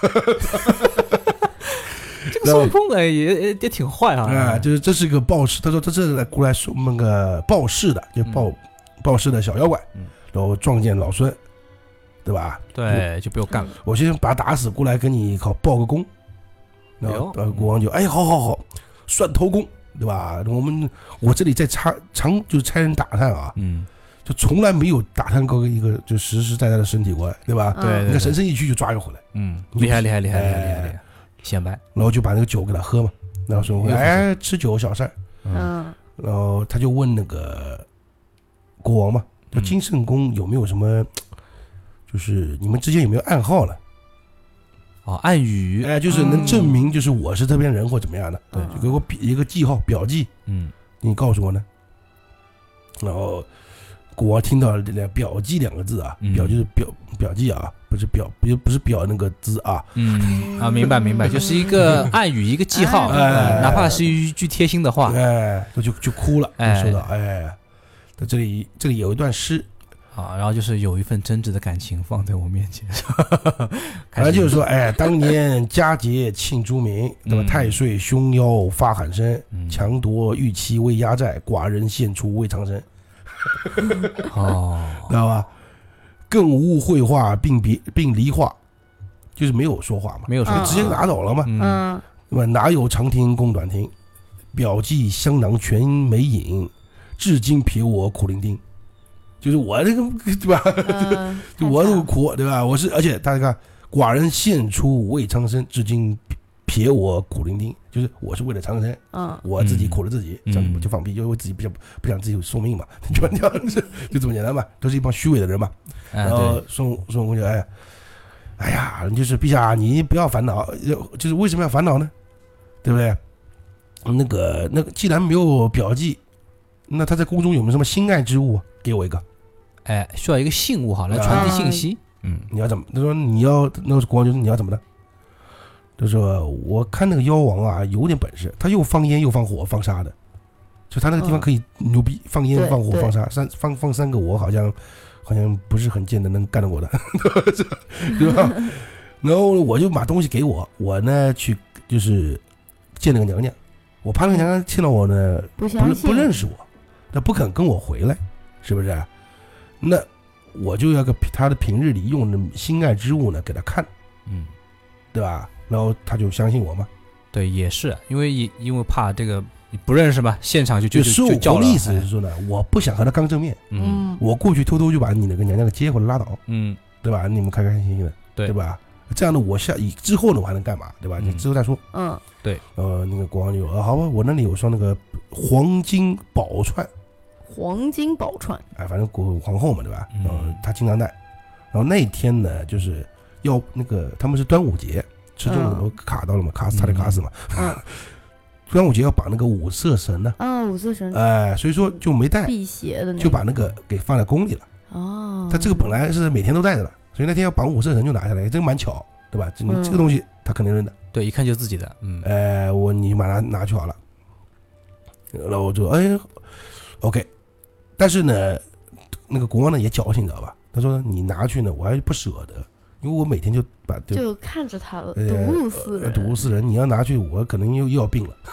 这个孙悟空哎也也也挺坏啊。 哎，就是这是个报事，他说这是来过来说那个报事的，就报报事的小妖怪。嗯。然后撞见老孙，对吧？ 对，就不用干了。 我先把他打死，过来跟你好报个功。然后呃，国王就哎，好好好，算头功，对吧？我们我这里在查常就是差人打探啊，嗯，就从来没有打探过一个就实实在在的身体过来，对吧？ 对， 你看神圣一去就抓一个回来， 嗯，厉害厉害厉害厉害厉害厉害，显摆。然后就把那个酒给他喝嘛，然后说哎，吃酒小事儿， 嗯， 然后他就问那个国王嘛。那金圣公有没有什么，就是你们之间有没有暗号呢？ 哦，暗语， 哎，就是能证明就是我是这边人或怎么样的， 对， 就给我比一个记号表记， 嗯， 你告诉我呢。然后国王听到表记两个字啊，表就是表表记啊，不是表不不是表那个字啊， 嗯啊，明白明白，就是一个暗语一个记号，哎，哪怕是一句贴心的话， 哎，就就哭了， 哎， 说到哎。在这里，这里有一段诗啊，然后就是有一份真挚的感情放在我面前， 反正就是说，哎，当年佳节庆诸民，对吧？太岁凶妖发喊声，强夺玉器为压寨，寡人献出为长生。 哦， 知道吧？更无绘画并别并离画，就是没有说话嘛， 没有说， 直接拿走了嘛， 嗯， 对吧？哪有长亭供短亭，表记香囊全没影。至今撇我苦伶仃，就是我这个对吧？嗯、就我这个苦对吧？我是而且大家看，寡人献出为长生，至今撇我苦伶仃，就是我是为了长生，嗯，我自己苦了自己，这样就放屁，因为我自己不想不想自己送命嘛，就这样子，就这么简单嘛，都是一帮虚伪的人嘛。然后孙孙悟空就哎，哎呀，就是陛下，你不要烦恼，就是为什么要烦恼呢？对不对？那个那个，既然没有表记。那他在宫中有没有什么心爱之物？给我一个。 哎，需要一个信物哈，来传递信息。嗯， 你要怎么？他说你要，那个国王就说你要怎么的？他说我看那个妖王啊，有点本事，他又放烟又放火放沙的，就他那个地方可以牛逼，放烟放火放沙，三放放三个我好像好像不是很见得能干得过的，对吧？然后我就把东西给我，我呢去就是见那个娘娘，我怕那个娘娘见到我呢不不不认识我。那不肯跟我回来，是不是？那我就要个他的平日里用的心爱之物呢，给他看，嗯，对吧？然后他就相信我嘛。 对，也是因为因为怕这个不认识嘛，现场就就就就叫了。 意思是说呢，我不想和他刚正面，嗯，我过去偷偷就把你那个娘娘给接回来拉倒，嗯，对吧？你们开开心心的，对对吧？这样的我下以之后呢，我还能干嘛？对吧？你之后再说， 嗯， 对，呃，那个国王就呃，好吧，我那里有双那个黄金宝串。 黄金宝串， 哎，反正国皇后嘛，对吧？然后她经常戴。然后那天呢，就是要那个他们是端午节，吃粽子都卡到了嘛，卡死差点卡死嘛。嗯。端午节要绑那个五色绳呢。 啊，五色绳。 哎，所以说就没带， 辟邪的， 就把那个给放在宫里了。哦。他这个本来是每天都带着的，所以那天要绑五色绳就拿下来，真蛮巧，对吧？这这个东西他肯定认的。 对，一看就自己的。嗯。 哎，我你把它拿去好了。然后我就哎 ，OK。但是呢，那个国王呢也矫情，你知道吧？他说你拿去呢，我还不舍得，因为我每天就把就, 就看着他了，睹物思人， 睹物思人。你要拿去，我可能又又要病了。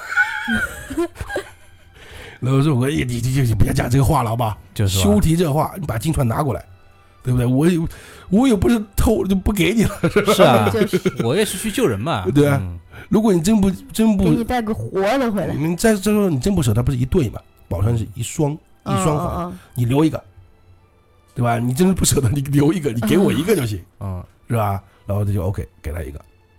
然后说我你你你不要讲这个话了，好吧？ 就是休提这话，你把金钏拿过来，对不对？我也我也不是偷就不给你了，是吧？ 是啊，我也是去救人嘛， 对啊。嗯、如果你真不真不给你带个活的回来， 你再再说你真不舍，他不是一对嘛？宝钏是一双。一双环，你留一个，对吧？你真是不舍得，你留一个，你给我一个就行，嗯，是吧？然后他就 OK， 给他一个，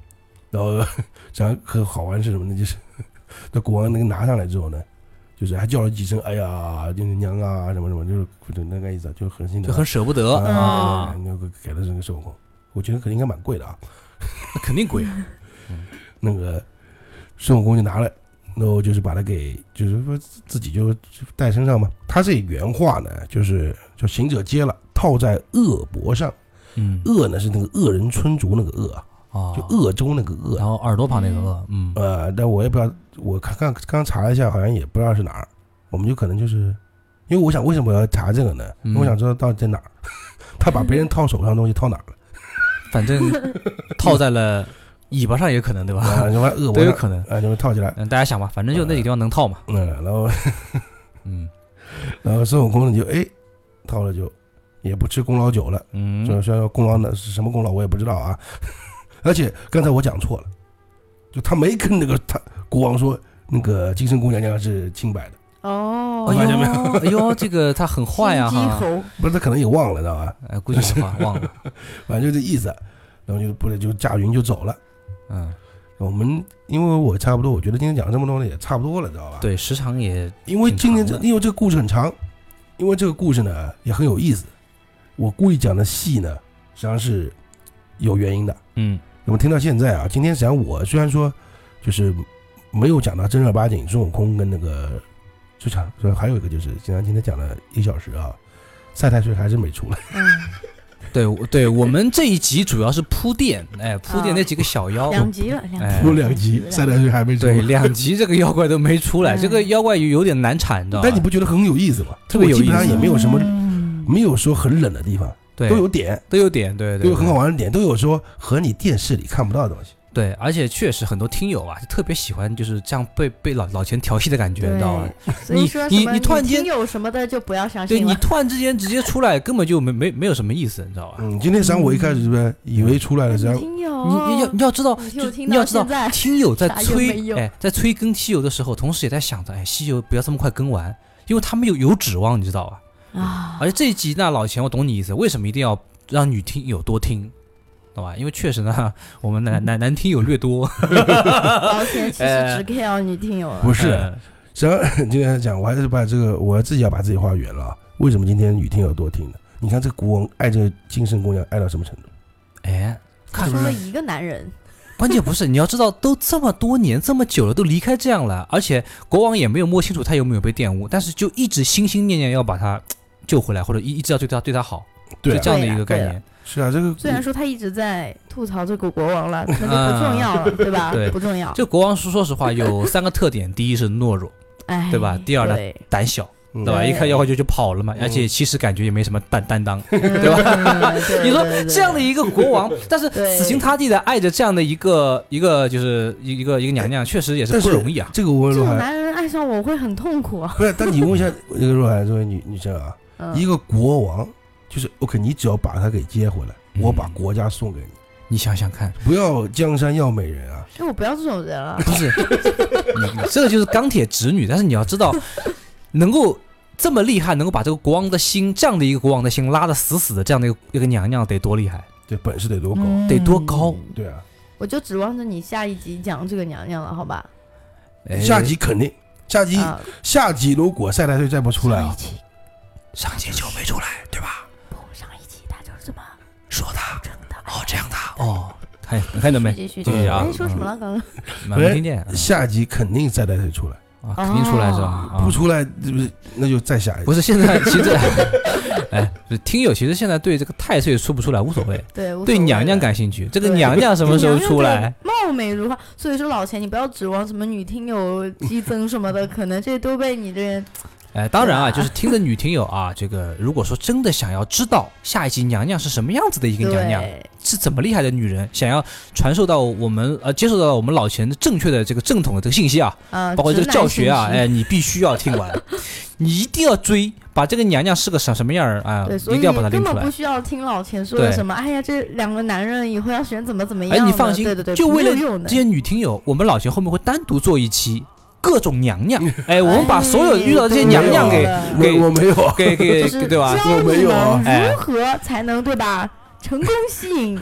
然后然后很好玩是什么呢？就是那国王那个拿上来之后呢，就是还叫了几声，哎呀，就是娘啊什么什么，就是就那个意思，就很心疼， 就很舍不得啊， 啊， 那个给了这个孙悟空，我觉得可能应该蛮贵的啊， 那肯定贵。 那个孙悟空就拿了。然后就是把它给，就是说自己就带身上嘛。他这原话呢，就是就行者接了，套在恶脖上。 嗯， 恶呢是那个恶人春竹那个恶啊， 哦， 就鄂州那个恶， 然后耳朵旁那个恶，嗯， 呃，但我也不知道，我看刚刚查了一下，好像也不知道是哪儿。我们就可能就是，因为我想为什么我要查这个呢？ 嗯、 我想知道到底在哪儿。他把别人套手上的东西套哪儿了？ 反正套在了。尾巴上也可能对吧？ 啊，什么恶都有可能啊，就套起来。 嗯，大家想吧，反正就那几个地方能套嘛。 嗯，然后， 嗯， 然后孙悟空呢就哎套了就也不吃功劳酒了。嗯，虽然说功劳呢是什么功劳我也不知道啊。而且刚才我讲错了，就他没跟那个他国王说那个金身姑娘娘是清白的。 哦， 发现没有？ 哎呦，这个他很坏呀、啊、 哈！ 不是他可能也忘了，知道吧？ 哎，估计是忘了， 反正就这意思。然后就不是就驾云就走了。 嗯， 我们因为我差不多，我觉得今天讲这么多了也差不多了，知道吧？ 对，时长也因为今天这因为这个故事很长，因为这个故事呢也很有意思，我故意讲的细呢，实际上是有原因的。 嗯， 我们听到现在啊，今天实际上我虽然说就是没有讲到正儿八经孙悟空跟那个就讲，还有一个就是今天今天讲了一小时啊，赛太岁还是没出来。 嗯。 对对，我们这一集主要是铺垫，哎，铺垫那几个小妖， 两集了，两铺两集，赛太岁还没出来， 对，两集这个妖怪都没出来，这个妖怪有点难缠，知道吧？ 但你不觉得很有意思吗？ 特别有意思， 基本上也没有什么，没有说很冷的地方， 对， 都有点， 都有点，对对， 都有很好玩的点，都有说和你电视里看不到的东西。 对，而且确实很多听友啊，就特别喜欢就是这样被被老老钱调戏的感觉，你知道吧？你你你突然间有什么的就不要相信了。 对你突然之间直接出来，根本就没没没有什么意思，你知道吧？ 嗯，今天上午我一开始是不是以为出来了，实际上听友， 你你要你要知道，你要知道，听友在催哎，在催更西游的时候，同时也在想着，哎，西游不要这么快更完，因为他们有有指望，你知道吧？啊！而且这一集那老钱，我懂你意思，为什么一定要让女听友多听？懂吧？因为确实呢，我们男男男听友略多。 老钱其实只 care 女听友了。 不是，实际上今天讲，我还是把这个，我自己要把自己画圆了。为什么今天女听友多听呢？你看这个国王爱这个金身姑娘爱到什么程度？ 哎， 看出了一个男人。 关键不是，你要知道，都这么多年这么久了，都离开这样了，而且国王也没有摸清楚他有没有被玷污，但是就一直心心念念要把他救回来，或者一一直要对他对他好， 对、 啊，就这样的一个概念。 是啊，这个虽然说他一直在吐槽这个国王了，那就不重要了，嗯、对吧？ 对， 不重要。 这国王说实话有三个特点：第一是懦弱， 哎， 对吧？第二呢，胆小，对吧？一看妖怪就就跑了嘛，而且其实感觉也没什么担担当，对吧？你说这样的一个国王，但是死心塌地的爱着这样的一个一个就是一个一个娘娘，确实也是不容易啊。 这个我问这种男人爱上我会很痛苦啊。 不是，但你问一下那个若涵这位女女生啊，嗯、一个国王。就是 OK， 你只要把他给接回来，嗯、我把国家送给你。 你想想看， 不要江山要美人啊！ 哎，我不要这种人啊！ 不是，你这个就是钢铁直女，但是你要知道，能够这么厉害，能够把这个国王的心，这样的一个国王的心拉得死死的，这样的一个一个娘娘得多厉害？ 对，本事得多高， 嗯、得多高？ 对啊， 我就指望着你下一集讲这个娘娘了，好吧？ 哎、下集肯定，下集、啊、下集如果赛太岁再不出来啊， 上集就没出来，对吧？ 怎么说的？哦，这样的哦，看看到没？ 继续继续啊！ 你说什么了？刚刚没听见。 下集肯定赛太岁出来啊，肯定出来是吧？ 不出来，不是那就再下一集。 不是现在，其实，哎，听友其实现在对这个太岁出不出来无所谓， 对， 对娘娘感兴趣。这个娘娘什么时候出来？ 貌美如花，所以说老钱，你不要指望什么女听友激增什么的，可能这都被你的。 哎，当然啊，就是听的女听友啊，这个如果说真的想要知道下一集娘娘是什么样子的一个娘娘，是怎么厉害的女人，想要传授到我们呃接受到我们老钱的正确的这个正统的这个信息啊， 呃、 包括这个教学啊，哎，你必须要听完，你一定要追，把这个娘娘是个什什么样儿啊，一定要把它拎出来。 根本不需要听老钱说的什么，哎呀，这两个男人以后要选怎么怎么样。 哎，你放心， 对对对， 就为了这些女听友，我们老钱后面会单独做一期。各种娘娘，哎，我们把所有遇到这些娘娘给给我没有给给对吧？ 我没有，如何才能对吧？成功吸引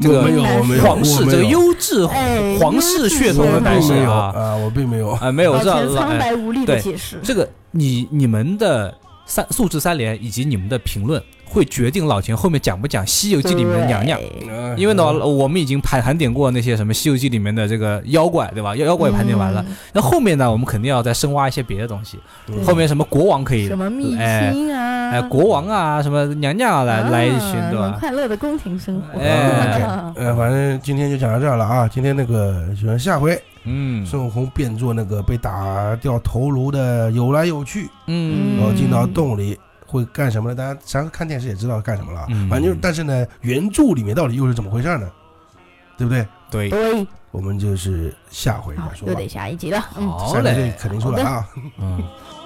这个没有没有皇室这个优质哎皇室血统的男并没有生啊啊，我并没有啊，没有，我知道完全苍哎白无力的对解释。 这个你你们的三素质三连以及你们的评论，会决定老钱后面讲不讲《西游记》里面的娘娘。 嗯因为呢，我们已经盘盘点过那些什么《西游记》里面的这个妖怪，对吧？妖妖怪也盘点完了，那、后面呢，我们肯定要再深挖一些别的东西。 嗯后面什么国王可以， 什么秘哎辛啊， 哎，国王啊，什么娘娘啊，来、 啊来一群，对吧？ 快乐的宫廷生活。 哎呃，反正今天就讲到这儿了啊。今天那个就是下回嗯孙悟空变作那个被打掉头颅的有来有去， 嗯然后进到洞里会干什么呢？大家咱看电视也知道干什么了。 嗯反正就是，但是呢，原著里面到底又是怎么回事呢？对不对？ 对， 对， 我们就是下回再好， 说吧。 又得下一集了。嗯， 好下回嘞， 肯定出来啊。 嗯。